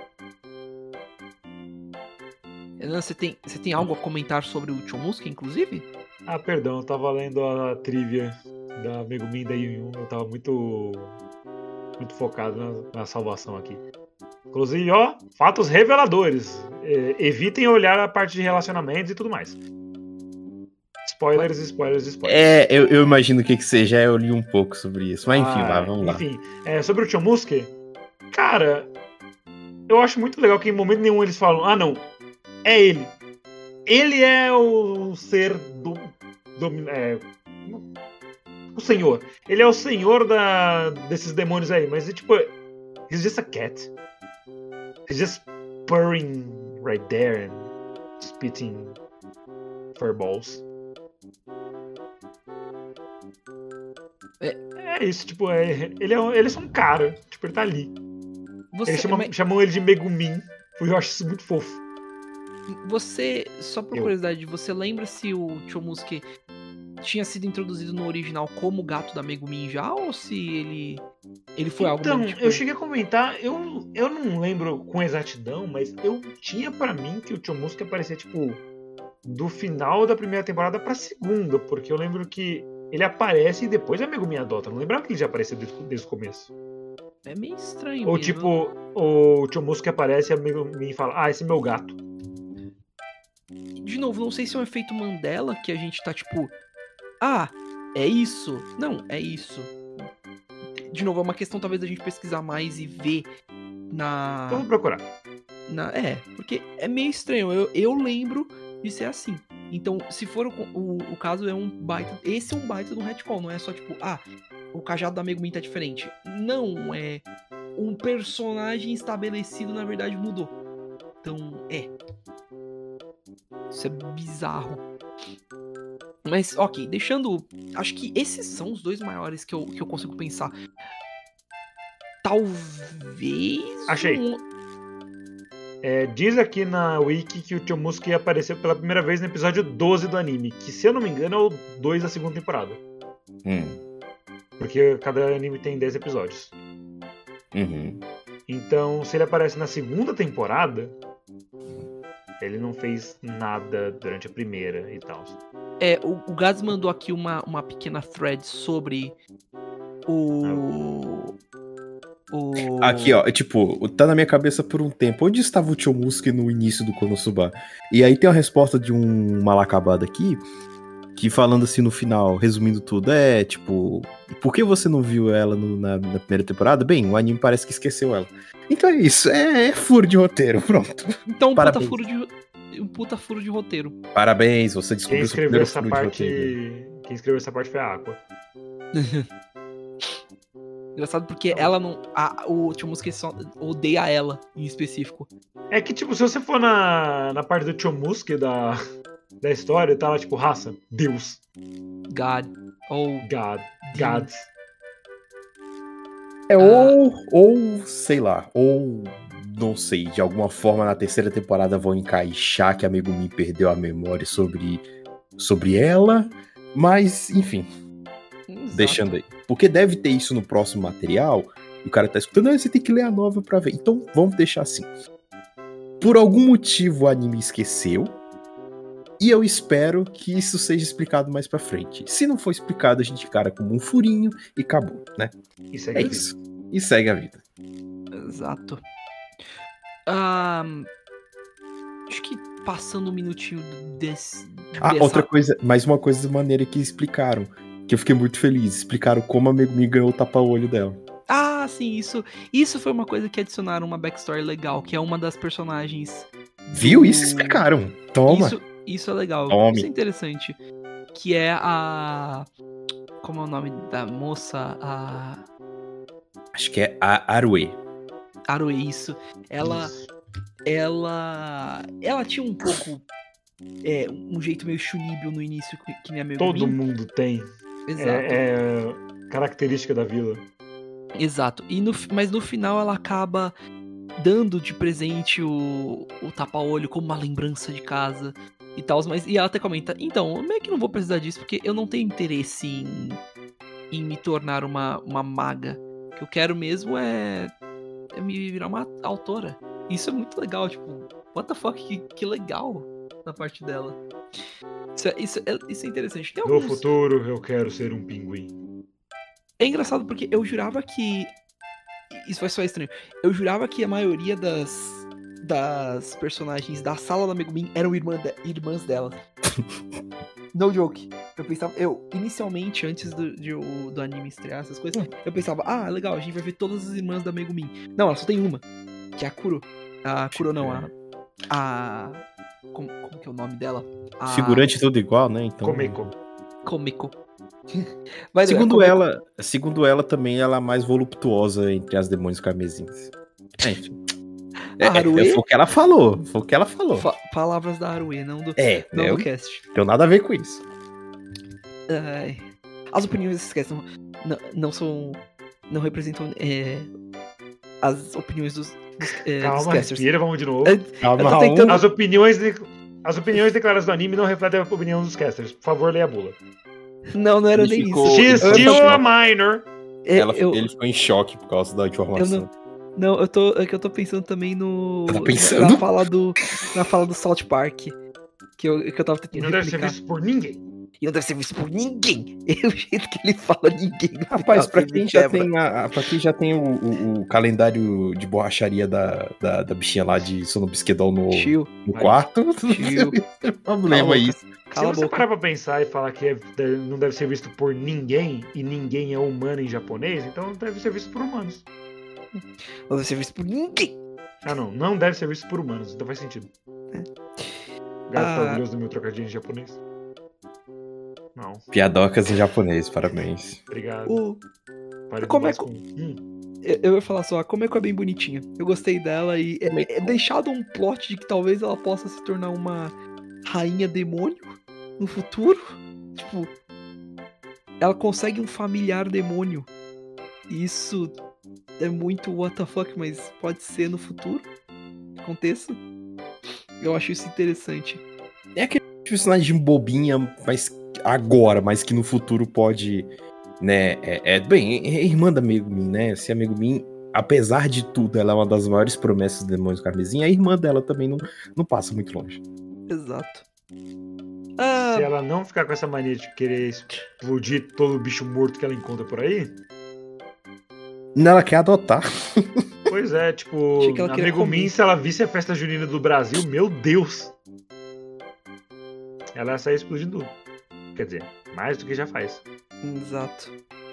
Você tem algo a comentar sobre o Chomusuke, inclusive? Ah, perdão, eu tava lendo a trivia da Megumin da Yun. Eu tava muito focado na salvação aqui. Inclusive, ó, fatos reveladores. Evitem olhar a parte de relacionamentos e tudo mais. Spoilers. Eu imagino o que seja, eu li um pouco sobre isso. Mas enfim, vamos lá. Enfim, sobre o Chomusuke, cara, eu acho muito legal que em momento nenhum eles falam, não, é ele. Ele é o ser o senhor. Ele é o senhor desses demônios aí, mas tipo, he's just a cat. He's just purring right there and spitting furballs. É isso, tipo, ele é só um cara, tipo, ele tá ali. Eles chamam ele de Megumin, eu acho isso muito fofo. Você, só por curiosidade, você lembra se o Chomusuke tinha sido introduzido no original como gato da Megumin já, ou se ele foi algo mesmo, tipo... eu cheguei a comentar, eu não lembro com exatidão, mas eu tinha pra mim que o Chomusuke aparecia, tipo, do final da primeira temporada pra segunda, porque eu lembro que ele aparece e depois a Megumin adota. Eu não lembrava que ele já apareceu desde o começo. É meio estranho. Ou mesmo. tipo, o Chomusuke aparece e a Megumin fala, esse é meu gato. De novo, não sei se é um efeito Mandela, que a gente tá tipo, é isso. Não, é isso. De novo, é uma questão talvez da gente pesquisar mais e ver na... Vamos procurar. Porque é meio estranho. Eu lembro de ser assim. Então, se for o caso, é um baita... Esse é um baita de um retcon, não é só tipo, o cajado da Megumin tá diferente. Não, é... Um personagem estabelecido, na verdade, mudou. Então, isso é bizarro. Mas, ok, deixando... Acho que esses são os dois maiores que eu consigo pensar. Talvez... Achei. Diz aqui na wiki que o Chomusuke apareceu pela primeira vez no episódio 12 do anime, que se eu não me engano é o 2 da segunda temporada. Porque cada anime tem 10 episódios. Uhum. Então, se ele aparece na segunda temporada, ele não fez nada durante a primeira e tal. O Gaz mandou aqui uma pequena thread sobre Aqui, ó, tipo, tá na minha cabeça por um tempo. Onde estava o Chomusuke no início do Konosuba? E aí tem uma resposta de um mal acabado aqui, que falando assim no final, resumindo tudo, tipo, por que você não viu ela na primeira temporada? Bem, o anime parece que esqueceu ela. Então é isso, é furo de roteiro, pronto. Então um puta furo de roteiro. Parabéns, você descobriu o primeiro furo de roteiro. Quem escreveu essa parte foi a Aqua. Engraçado porque ela não... o Chomusuke só odeia ela, em específico. É que, tipo, se você for na parte do Chomusuke da história, tá lá, tipo, raça, Deus. God. Gods. Ou, sei lá, ou... Não sei, de alguma forma na terceira temporada vão encaixar que a Megumin perdeu a memória sobre ela, mas, enfim... Exato. Deixando aí. Porque deve ter isso no próximo material. E o cara tá escutando, você tem que ler a nova pra ver. Então vamos deixar assim. Por algum motivo o anime esqueceu. E eu espero que isso seja explicado mais pra frente. Se não for explicado, a gente encara como um furinho e acabou, né? E segue a vida. Isso. E segue a vida. Exato. Acho que passando um minutinho dessa... Outra coisa, mais uma coisa maneira que explicaram. Que eu fiquei muito feliz. Explicaram como a Megumin ganhou o tapa-olho dela. Sim, isso foi uma coisa que adicionaram uma backstory legal, que é uma das personagens... Viu? Isso explicaram. Toma. Isso é legal. Tome. Isso é interessante. Que é Como é o nome da moça? A Acho que é a Arue. Arue, isso. Ela tinha um pouco um jeito meio chunibyo no início que nem a Megumin. Todo mundo tem. Exato. É característica da vila. Exato. Mas no final ela acaba dando de presente o tapa-olho como uma lembrança de casa e tal. E ela até comenta, então, meio que não vou precisar disso porque eu não tenho interesse em me tornar uma maga. O que eu quero mesmo é me virar uma autora. Isso é muito legal, tipo, what the fuck, que legal da parte dela. Isso é interessante. No futuro eu quero ser um pinguim. É engraçado porque eu jurava que... Isso vai soar estranho. Eu jurava que a maioria das personagens da sala da Megumin eram irmãs dela. No joke. Inicialmente, antes do anime estrear, essas coisas, eu pensava, legal, a gente vai ver todas as irmãs da Megumin. Não, ela só tem uma, que é a Kuro. A Kuro não, como que é o nome dela? Figurante tudo igual, né? Então... Komeko. Segundo ela, também ela é a mais voluptuosa entre as demônios carmesins. Enfim. Foi o que ela falou. Palavras da Arue, não do cast. Não tem nada a ver com isso. As opiniões desses casts não representam as opiniões dos Calma, casters. respira, vamos de novo. Calma, tentando... As opiniões declaradas do anime não refletem a opinião dos casters. Por favor, leia a bula. Não era nem isso. She's still a minor. Ele ficou em choque por causa da informação. Eu tô pensando também Tá pensando? na fala do South Park. Que eu tava tentando não deve ser visto por ninguém. E não deve ser visto por ninguém. É o jeito que ele fala ninguém. Rapaz, pra quem já tem o calendário de borracharia da bichinha lá de Sonobisquedol no quarto, não tem problema isso. Se você parar pra pensar e falar que não deve ser visto por ninguém, e ninguém é humano em japonês, então deve ser visto por humanos. Não deve ser visto por ninguém. Não deve ser visto por humanos, então faz sentido. Gato tá orgulhoso do meu trocadilho em japonês? Não. Piadocas em japonês, parabéns. Obrigado. Eu ia falar só, a Komeko é bem bonitinha. Eu gostei dela e é deixado um plot de que talvez ela possa se tornar uma rainha demônio no futuro. Tipo, ela consegue um familiar demônio. Isso é muito what the fuck, mas pode ser no futuro que aconteça. Eu acho isso interessante. É aquele personagem bobinha, mas que no futuro pode, né? É irmã da Megumin, né? Se a Megumin, apesar de tudo, ela é uma das maiores promessas do Demônios Carmesim, a irmã dela também não passa muito longe. Exato. Se ela não ficar com essa mania de querer explodir todo o bicho morto que ela encontra por aí... Não, ela quer adotar. Pois é, tipo, a Megumin, se ela visse a festa junina do Brasil, meu Deus! Ela ia sair explodindo tudo. Quer dizer, mais do que já faz. Exato.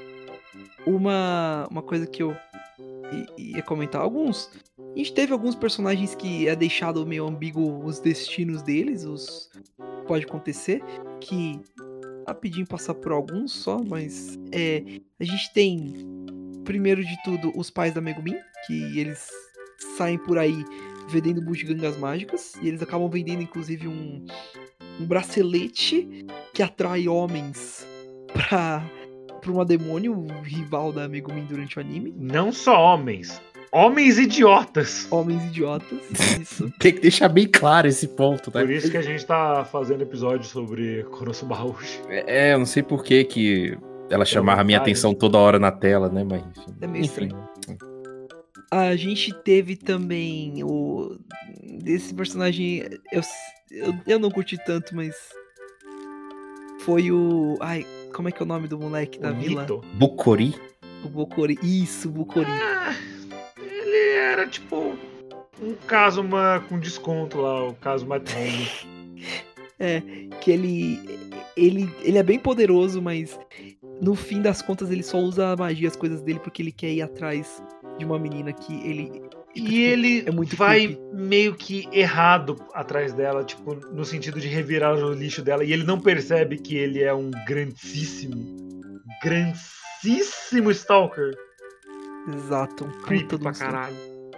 Uma coisa que eu ia comentar, a gente teve alguns personagens que é deixado meio ambíguo os destinos deles, pode acontecer, que rapidinho passar por alguns só, mas a gente tem, primeiro de tudo, os pais da Megumin, que eles saem por aí vendendo bugigangas mágicas, e eles acabam vendendo inclusive um bracelete que atrai homens pra uma demônio rival da Megumin durante o anime. Não só homens idiotas. Homens idiotas, isso. Tem que deixar bem claro esse ponto, tá? Por isso que a gente tá fazendo episódio sobre Konosuba hoje. Eu não sei por que ela chamava a minha atenção toda hora na tela, né? Mas enfim. É meio estranho. A gente teve também desse personagem, eu não curti tanto, mas foi como é que é o nome do moleque da vila? Bukori? O Bukori, isso, Bukori. Ele era tipo um Kazuma com desconto lá, o Kazuma Home. Que ele é bem poderoso, mas no fim das contas ele só usa a magia, as coisas dele, porque ele quer ir atrás de uma menina que ele... E ele é muito vai creepy. Meio que errado atrás dela, tipo, no sentido de revirar o lixo dela, e ele não percebe que ele é um grandíssimo grandíssimo Stalker. Exato, um Creepy puta de pra um caralho.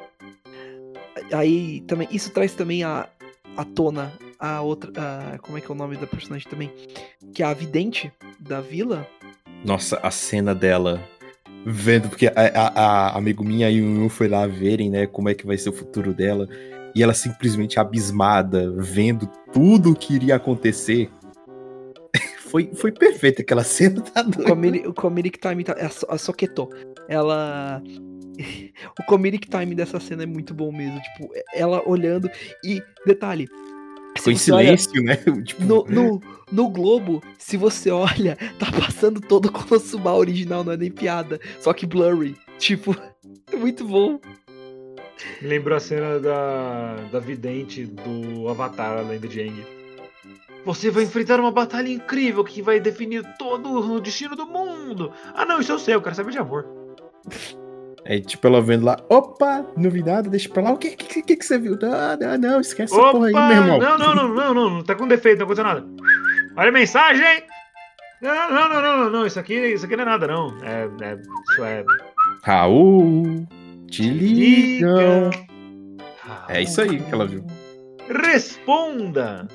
Aí também, isso traz também a tona a outra, como é que é o nome da personagem também? Que é a vidente da vila. Nossa, a cena dela vendo, porque a amigo minha e o Yun foi lá verem, né, como é que vai ser o futuro dela, e ela simplesmente abismada, vendo tudo o que iria acontecer. Foi perfeita aquela cena, tá doido? O comedic time, a Soketo, ela... O comedic time dessa cena é muito bom mesmo, tipo, ela olhando e, detalhe, Ficou em silêncio, né? Tipo... No Globo, se você olha, tá passando todo o Konosuba original, não é nem piada, só que blurry, tipo, é muito bom. Me lembrou a cena da vidente do Avatar, a lenda de Aang. Você vai enfrentar uma batalha incrível que vai definir todo o destino do mundo. Ah não, isso eu sei, eu quero saber de amor. Aí, tipo, ela vendo lá, opa, novidade, deixa pra lá, o que você viu? Não, esquece essa porra aí, meu irmão. Não, tá com defeito, não aconteceu nada. Olha a mensagem! Não, isso aqui não é nada, não. Isso é... Raul, te ligam. Raul. É isso aí que ela viu. Responda!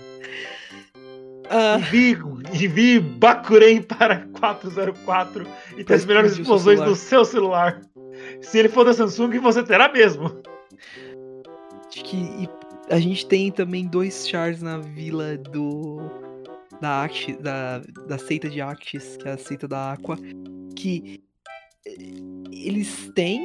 Envie Bakuren para 404 e tem as melhores explosões do seu celular. Se ele for da Samsung, você terá mesmo. Acho que a gente tem também 2 chars na vila da seita de Axis, que é a seita da Aqua, que eles têm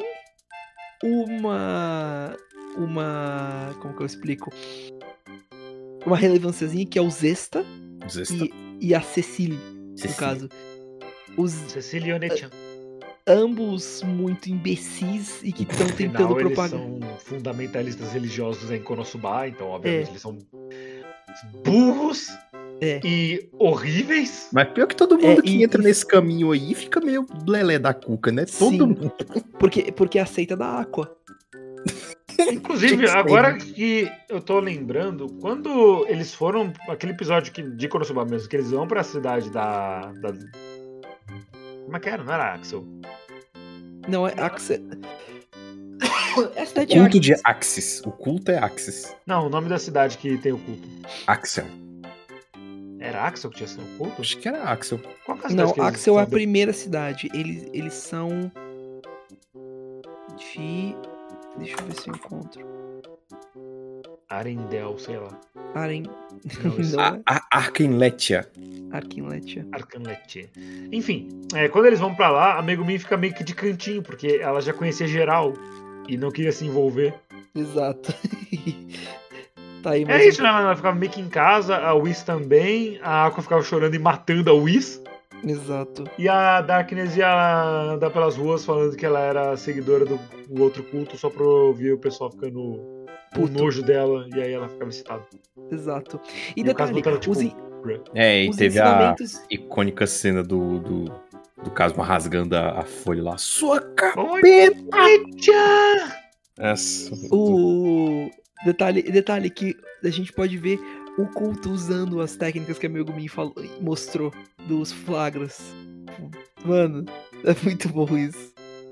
uma como que eu explico? Uma relevânciazinha que é o Zesta. E a Cecily, no caso. Cecily e Onechan. Ambos muito imbecis e que estão tentando propagar. Eles são fundamentalistas religiosos em Konosuba, então obviamente eles são burros e horríveis. Mas pior que todo mundo que entra nesse caminho aí fica meio blelé da cuca, né? Todo mundo. Porque aceita da Aqua. Inclusive, agora que eu tô lembrando, quando eles foram, aquele episódio de Konosuba mesmo, que eles vão pra cidade da... Como é que era? Não era Axel? Não, é Axel. É a cidade culto de Axis. O culto é Axis. Não, o nome da cidade que tem o culto. Axel. Era Axel que tinha sido o culto? Acho que era Axel. Qual que é a cidade? Não, Axel é a primeira cidade. Eles são de... Deixa eu ver se eu encontro. Arendelle, sei lá. Arkenletia. Enfim, quando eles vão pra lá, a Megumin fica meio que de cantinho, porque ela já conhecia geral e não queria se envolver. Exato. Tá aí, é isso, né? Ela ficava meio que em casa, a Whis também, a Aqua ficava chorando e matando a Whis. Exato. E a Darkness ia andar pelas ruas falando que ela era seguidora do outro culto só pra ouvir o pessoal ficando com nojo dela, e aí ela ficava excitada. Exato. E detalhe, e teve a icônica cena do Kazuma rasgando a folha lá. Sua capeta! O detalhe que a gente pode ver o culto usando as técnicas que a Megumin mostrou dos flagras. Mano, é muito bom isso.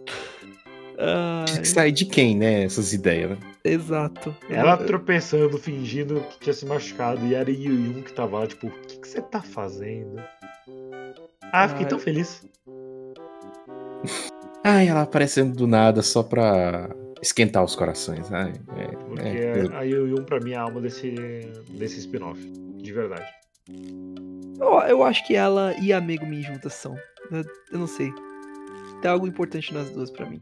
Sai de quem, né? Essas ideias, né? Exato. Ela tropeçando, fingindo que tinha se machucado, e era Yuyun que tava lá, tipo, o que você tá fazendo? Fiquei tão feliz. Ela aparecendo do nada só pra esquentar os corações. Porque a Yuyun pra mim é a alma desse spin-off, de verdade. Eu acho que ela e a Megumin juntas são. Eu não sei. Tem algo importante nas duas pra mim.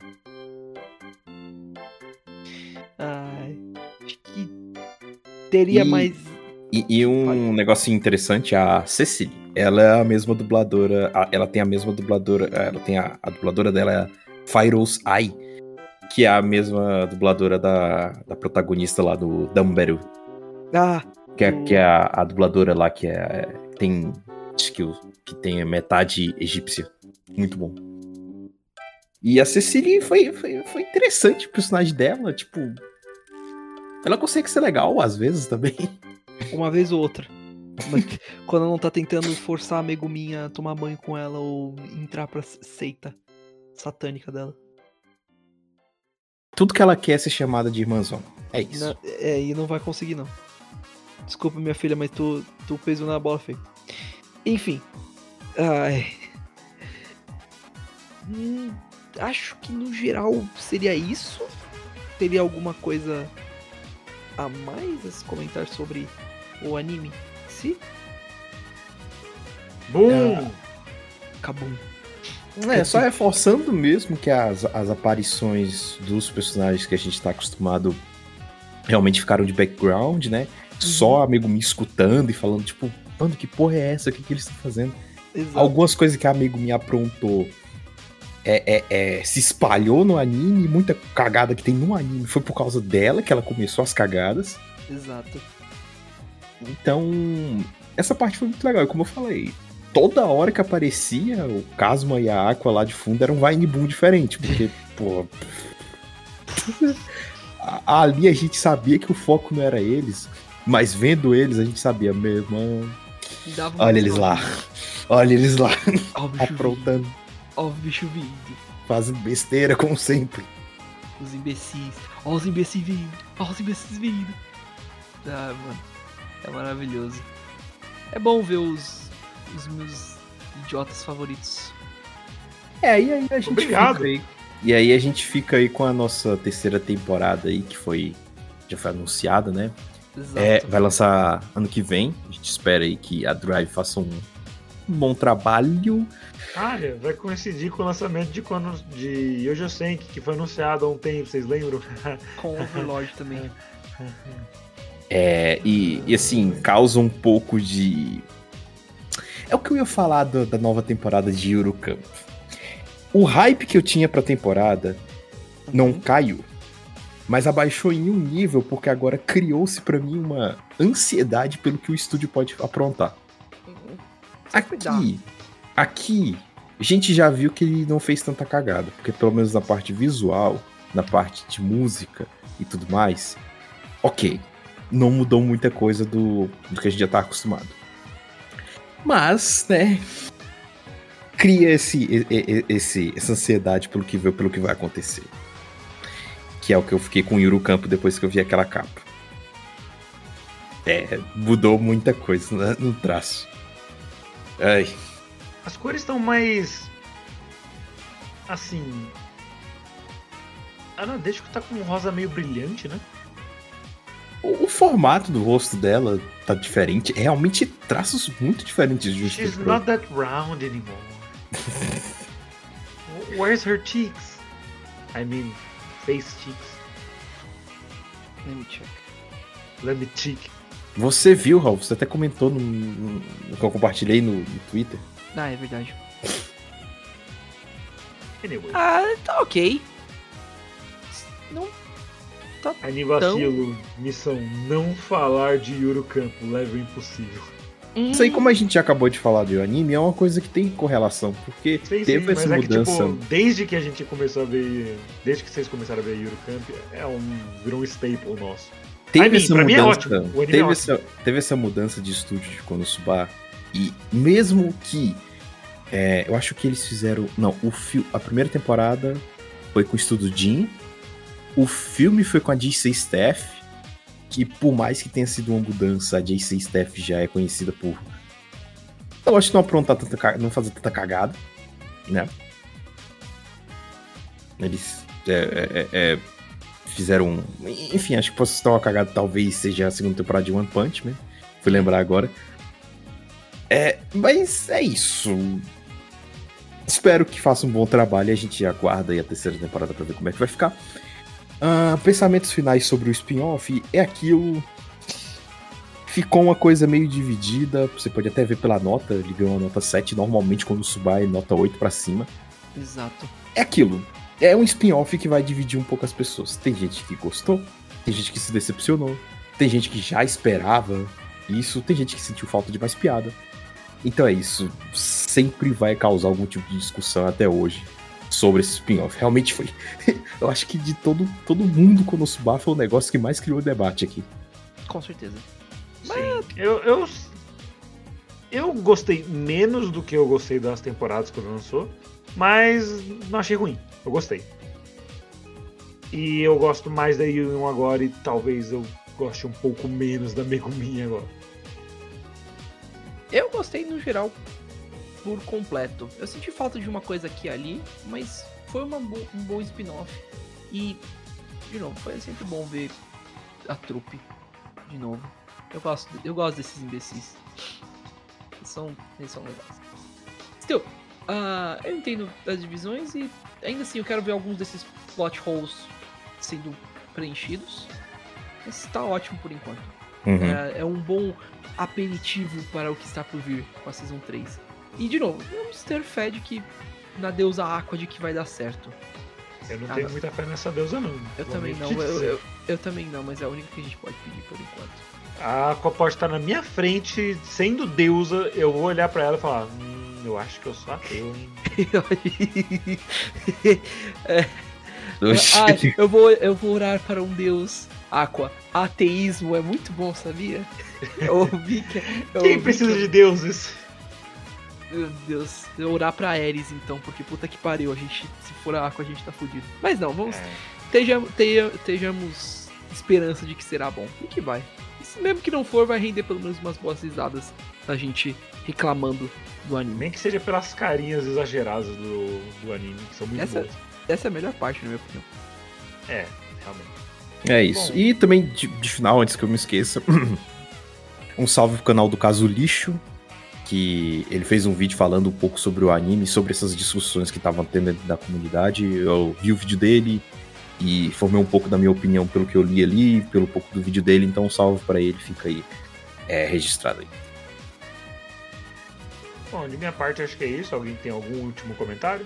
Acho que teria mais... E um negocinho interessante, a Cecily, ela é a mesma dubladora, ela tem a mesma dubladora, ela tem a dubladora dela é Fairos Ai, que é a mesma dubladora da protagonista lá do Dumberu. Que é a dubladora lá que tem, acho que tem metade egípcia. Muito bom. E a Cecily foi interessante o personagem dela, tipo... Ela consegue ser legal às vezes também. Uma vez ou outra. Quando ela não tá tentando forçar a Megumin a tomar banho com ela ou entrar pra seita satânica dela. Tudo que ela quer é ser chamada de irmãzão. É isso. E não vai conseguir, não. Desculpa, minha filha, mas tu pesou na bola feia. Enfim. Ai. Acho que no geral seria isso. Teria alguma coisa a mais a se comentar sobre o anime? Sim? Boom! Acabou. Só reforçando mesmo que as aparições dos personagens que a gente tá acostumado realmente ficaram de background, né? Só amigo me escutando e falando, tipo, mano, que porra é essa? O que eles estão fazendo? Exato. Algumas coisas que a amigo me aprontou se espalhou no anime, muita cagada que tem no anime foi por causa dela que ela começou as cagadas. Exato. Então, essa parte foi muito legal. E como eu falei, toda hora que aparecia o Kazuma e a Aqua lá de fundo era um Vine Boom diferente, porque, pô... ali a gente sabia que o foco não era eles, mas vendo eles a gente sabia, meu irmão... Olha eles lá, aprontando. Ó o bicho vindo. Fazendo besteira, como sempre. Os imbecis. Ó os imbecis vindo. Ah, mano. É maravilhoso. É bom ver os meus idiotas favoritos. E aí a gente Obrigado. fica aí. E aí a gente fica aí com a nossa terceira temporada aí, que já foi anunciada, né? Exato. Vai lançar ano que vem. A gente espera aí que a Drive faça um bom trabalho. Olha, vai coincidir com o lançamento de Yojo Senki, que foi anunciado há um tempo, vocês lembram? Com o Overlord também. E assim, causa um pouco de... É o que eu ia falar da nova temporada de Yuru Camp. O hype que eu tinha pra temporada não caiu, mas abaixou em um nível porque agora criou-se pra mim uma ansiedade pelo que o estúdio pode aprontar. Aqui, a gente já viu que ele não fez tanta cagada, porque pelo menos na parte visual, na parte de música e tudo mais, ok, não mudou muita coisa do que a gente já tá acostumado. Mas, né, cria essa ansiedade pelo que vai acontecer. Que é o que eu fiquei com o Yuru Campo depois que eu vi aquela capa. Mudou muita coisa no traço. Ai. As cores estão mais... assim... A Nadeshiko tá com um rosa meio brilhante, né? O formato do rosto dela tá diferente. Realmente traços muito diferentes. She's not that round anymore. Where's her cheeks? I mean, face cheeks. Let me check. Você viu, Raul? Você até comentou no que eu compartilhei no Twitter. Ah, é verdade. Anyway. Tá ok. Não tá Anivacilo, missão não falar de Yuru Campo, level impossível. Isso aí, como a gente já acabou de falar do anime, é uma coisa que tem correlação, porque teve essa mudança. Que, tipo, desde que a gente começou a ver, desde que vocês começaram a ver Yuru Camp, virou um staple nosso. Teve essa pra mudança, mim é ótimo. O anime é ótimo. Teve essa mudança de estúdio de Konosuba, e mesmo que eu acho que eles fizeram, não, a primeira temporada foi com o estúdio Jin, o filme foi com a JC Staff, que por mais que tenha sido uma mudança, a JC Staff já é conhecida por, eu acho que não fazer tanta cagada, né? Eles fizeram, enfim, acho que posso estar uma cagada, talvez seja a segunda temporada de One Punch Man, fui lembrar agora. Mas é isso. Espero que faça um bom trabalho e a gente aguarda aí a terceira temporada pra ver como é que vai ficar. Pensamentos finais sobre o spin-off é aquilo. Ficou uma coisa meio dividida. Você pode até ver pela nota. Ele ganhou uma nota 7. Normalmente quando o Subai é nota 8 pra cima. Exato. É aquilo. É um spin-off que vai dividir um pouco as pessoas. Tem gente que gostou. Tem gente que se decepcionou. Tem gente que já esperava isso. Tem gente que sentiu falta de mais piada. Então é isso. Sempre vai causar algum tipo de discussão até hoje sobre esse spin-off. Realmente foi. Eu acho que de todo mundo Konosuba foi o negócio que mais criou debate aqui. Com certeza. Sim. Eu Eu gostei menos do que eu gostei das temporadas que ele lançou, mas não achei ruim. Eu gostei. E eu gosto mais da Yu agora e talvez eu goste um pouco menos da Megumin agora. Eu gostei no geral por completo. Eu senti falta de uma coisa aqui e ali, mas foi um bom spin-off. E, de novo, foi sempre bom ver a trupe de novo. Eu gosto desses imbecis. Eles são legais. Still, eu entendo as divisões e ainda assim eu quero ver alguns desses plot holes sendo preenchidos. Mas tá ótimo por enquanto. Uhum. É um bom aperitivo para o que está por vir com a Season 3. E de novo, vamos ter fé de que na deusa Aqua de que vai dar certo. Eu não tenho muita fé nessa deusa não. Eu também não, eu também não, mas é a única que a gente pode pedir por enquanto. A Aqua pode estar na minha frente, sendo deusa, eu vou olhar pra ela e falar, eu acho que eu sou ateu, hein? Eu vou orar para um deus Aqua. Ateísmo é muito bom, sabia? Quem precisa de deuses? Meu Deus, eu orar pra Ares então, porque puta que pariu, se for a Aqua a gente tá fudido. Mas não, vamos, estejamos esperança de que será bom, e que vai. E mesmo que não for, vai render pelo menos umas boas risadas da gente reclamando do anime. Nem que seja pelas carinhas exageradas do anime, que são muito boas. Essa é a melhor parte, na minha opinião. É, realmente. É isso. Bom. E também, de final, antes que eu me esqueça, um salve pro canal do Caso Lixo, que ele fez um vídeo falando um pouco sobre o anime, sobre essas discussões que estavam tendo dentro da comunidade. Eu vi o vídeo dele e formei um pouco da minha opinião pelo que eu li ali, pelo pouco do vídeo dele, então um salve pra ele, fica aí registrado aí. Bom, de minha parte acho que é isso. Alguém tem algum último comentário?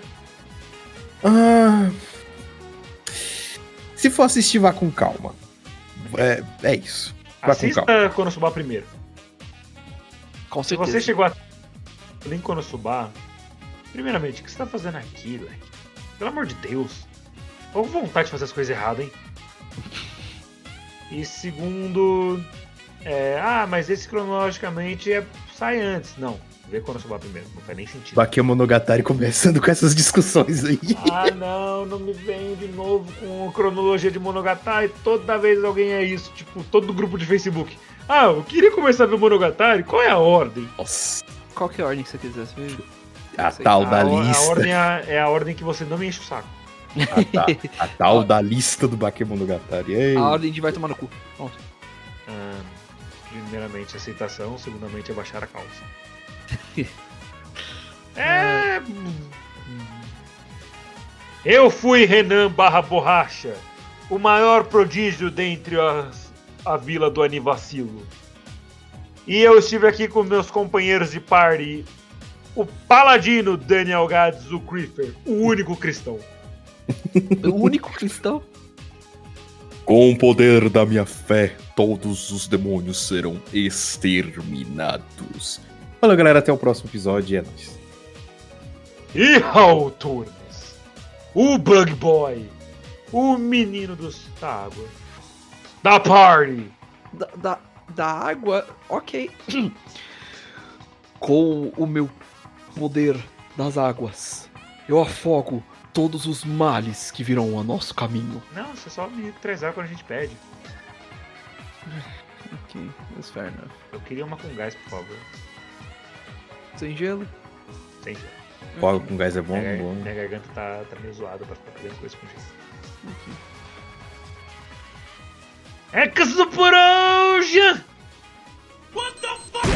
Se for assistir, vá com calma. É isso. Vá assista com calma. Konosuba primeiro. Com certeza. Se você chegou em Konosuba, primeiramente, o que você tá fazendo aqui, moleque? Pelo amor de Deus. Ou vontade de fazer as coisas erradas, hein? E segundo... mas esse cronologicamente sai antes. Não, vê Konosuba primeiro, não faz nem sentido. Bakemonogatari começando com essas discussões aí. Não me venho de novo com cronologia de Monogatari. Toda vez alguém é isso, tipo, todo grupo de Facebook. Eu queria começar a ver o Monogatari, qual é a ordem? Nossa. Qual que é a ordem que você quiser ver? A tal da lista. A ordem é a ordem que você não me enche o saco. A tal da lista do Bakemonogatari. Ei. A ordem de vai tomar no cu. Pronto. Primeiramente, aceitação. Segundamente, abaixar a calça. Eu fui Renan /Borracha, o maior prodígio dentre a vila do Anivacilo. E eu estive aqui com meus companheiros de party, o paladino Daniel Gads, o Creeper, o único cristão. O único cristão? Com o poder da minha fé, todos os demônios serão exterminados. Valeu, galera, até o próximo episódio, é nóis. E Raul Turmes, o Bug Boy, o menino da água, da party. Da água? Ok. Com o meu poder das águas, eu afogo todos os males que virão a nosso caminho. Não, você só me traz água quando a gente pede. Ok, that's fair enough. Eu queria uma com gás, por favor. Sem gelo? Sem gelo. Água com gás é bom? Minha garganta tá meio zoada pra ficar pegando coisa com gelo. Ok. É caso por hoje! What the fuck?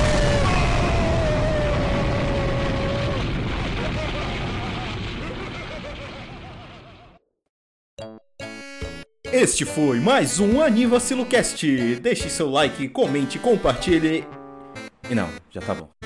Este foi mais um AniVaciloCast. Deixe seu like, comente, compartilhe. E não, já tá bom.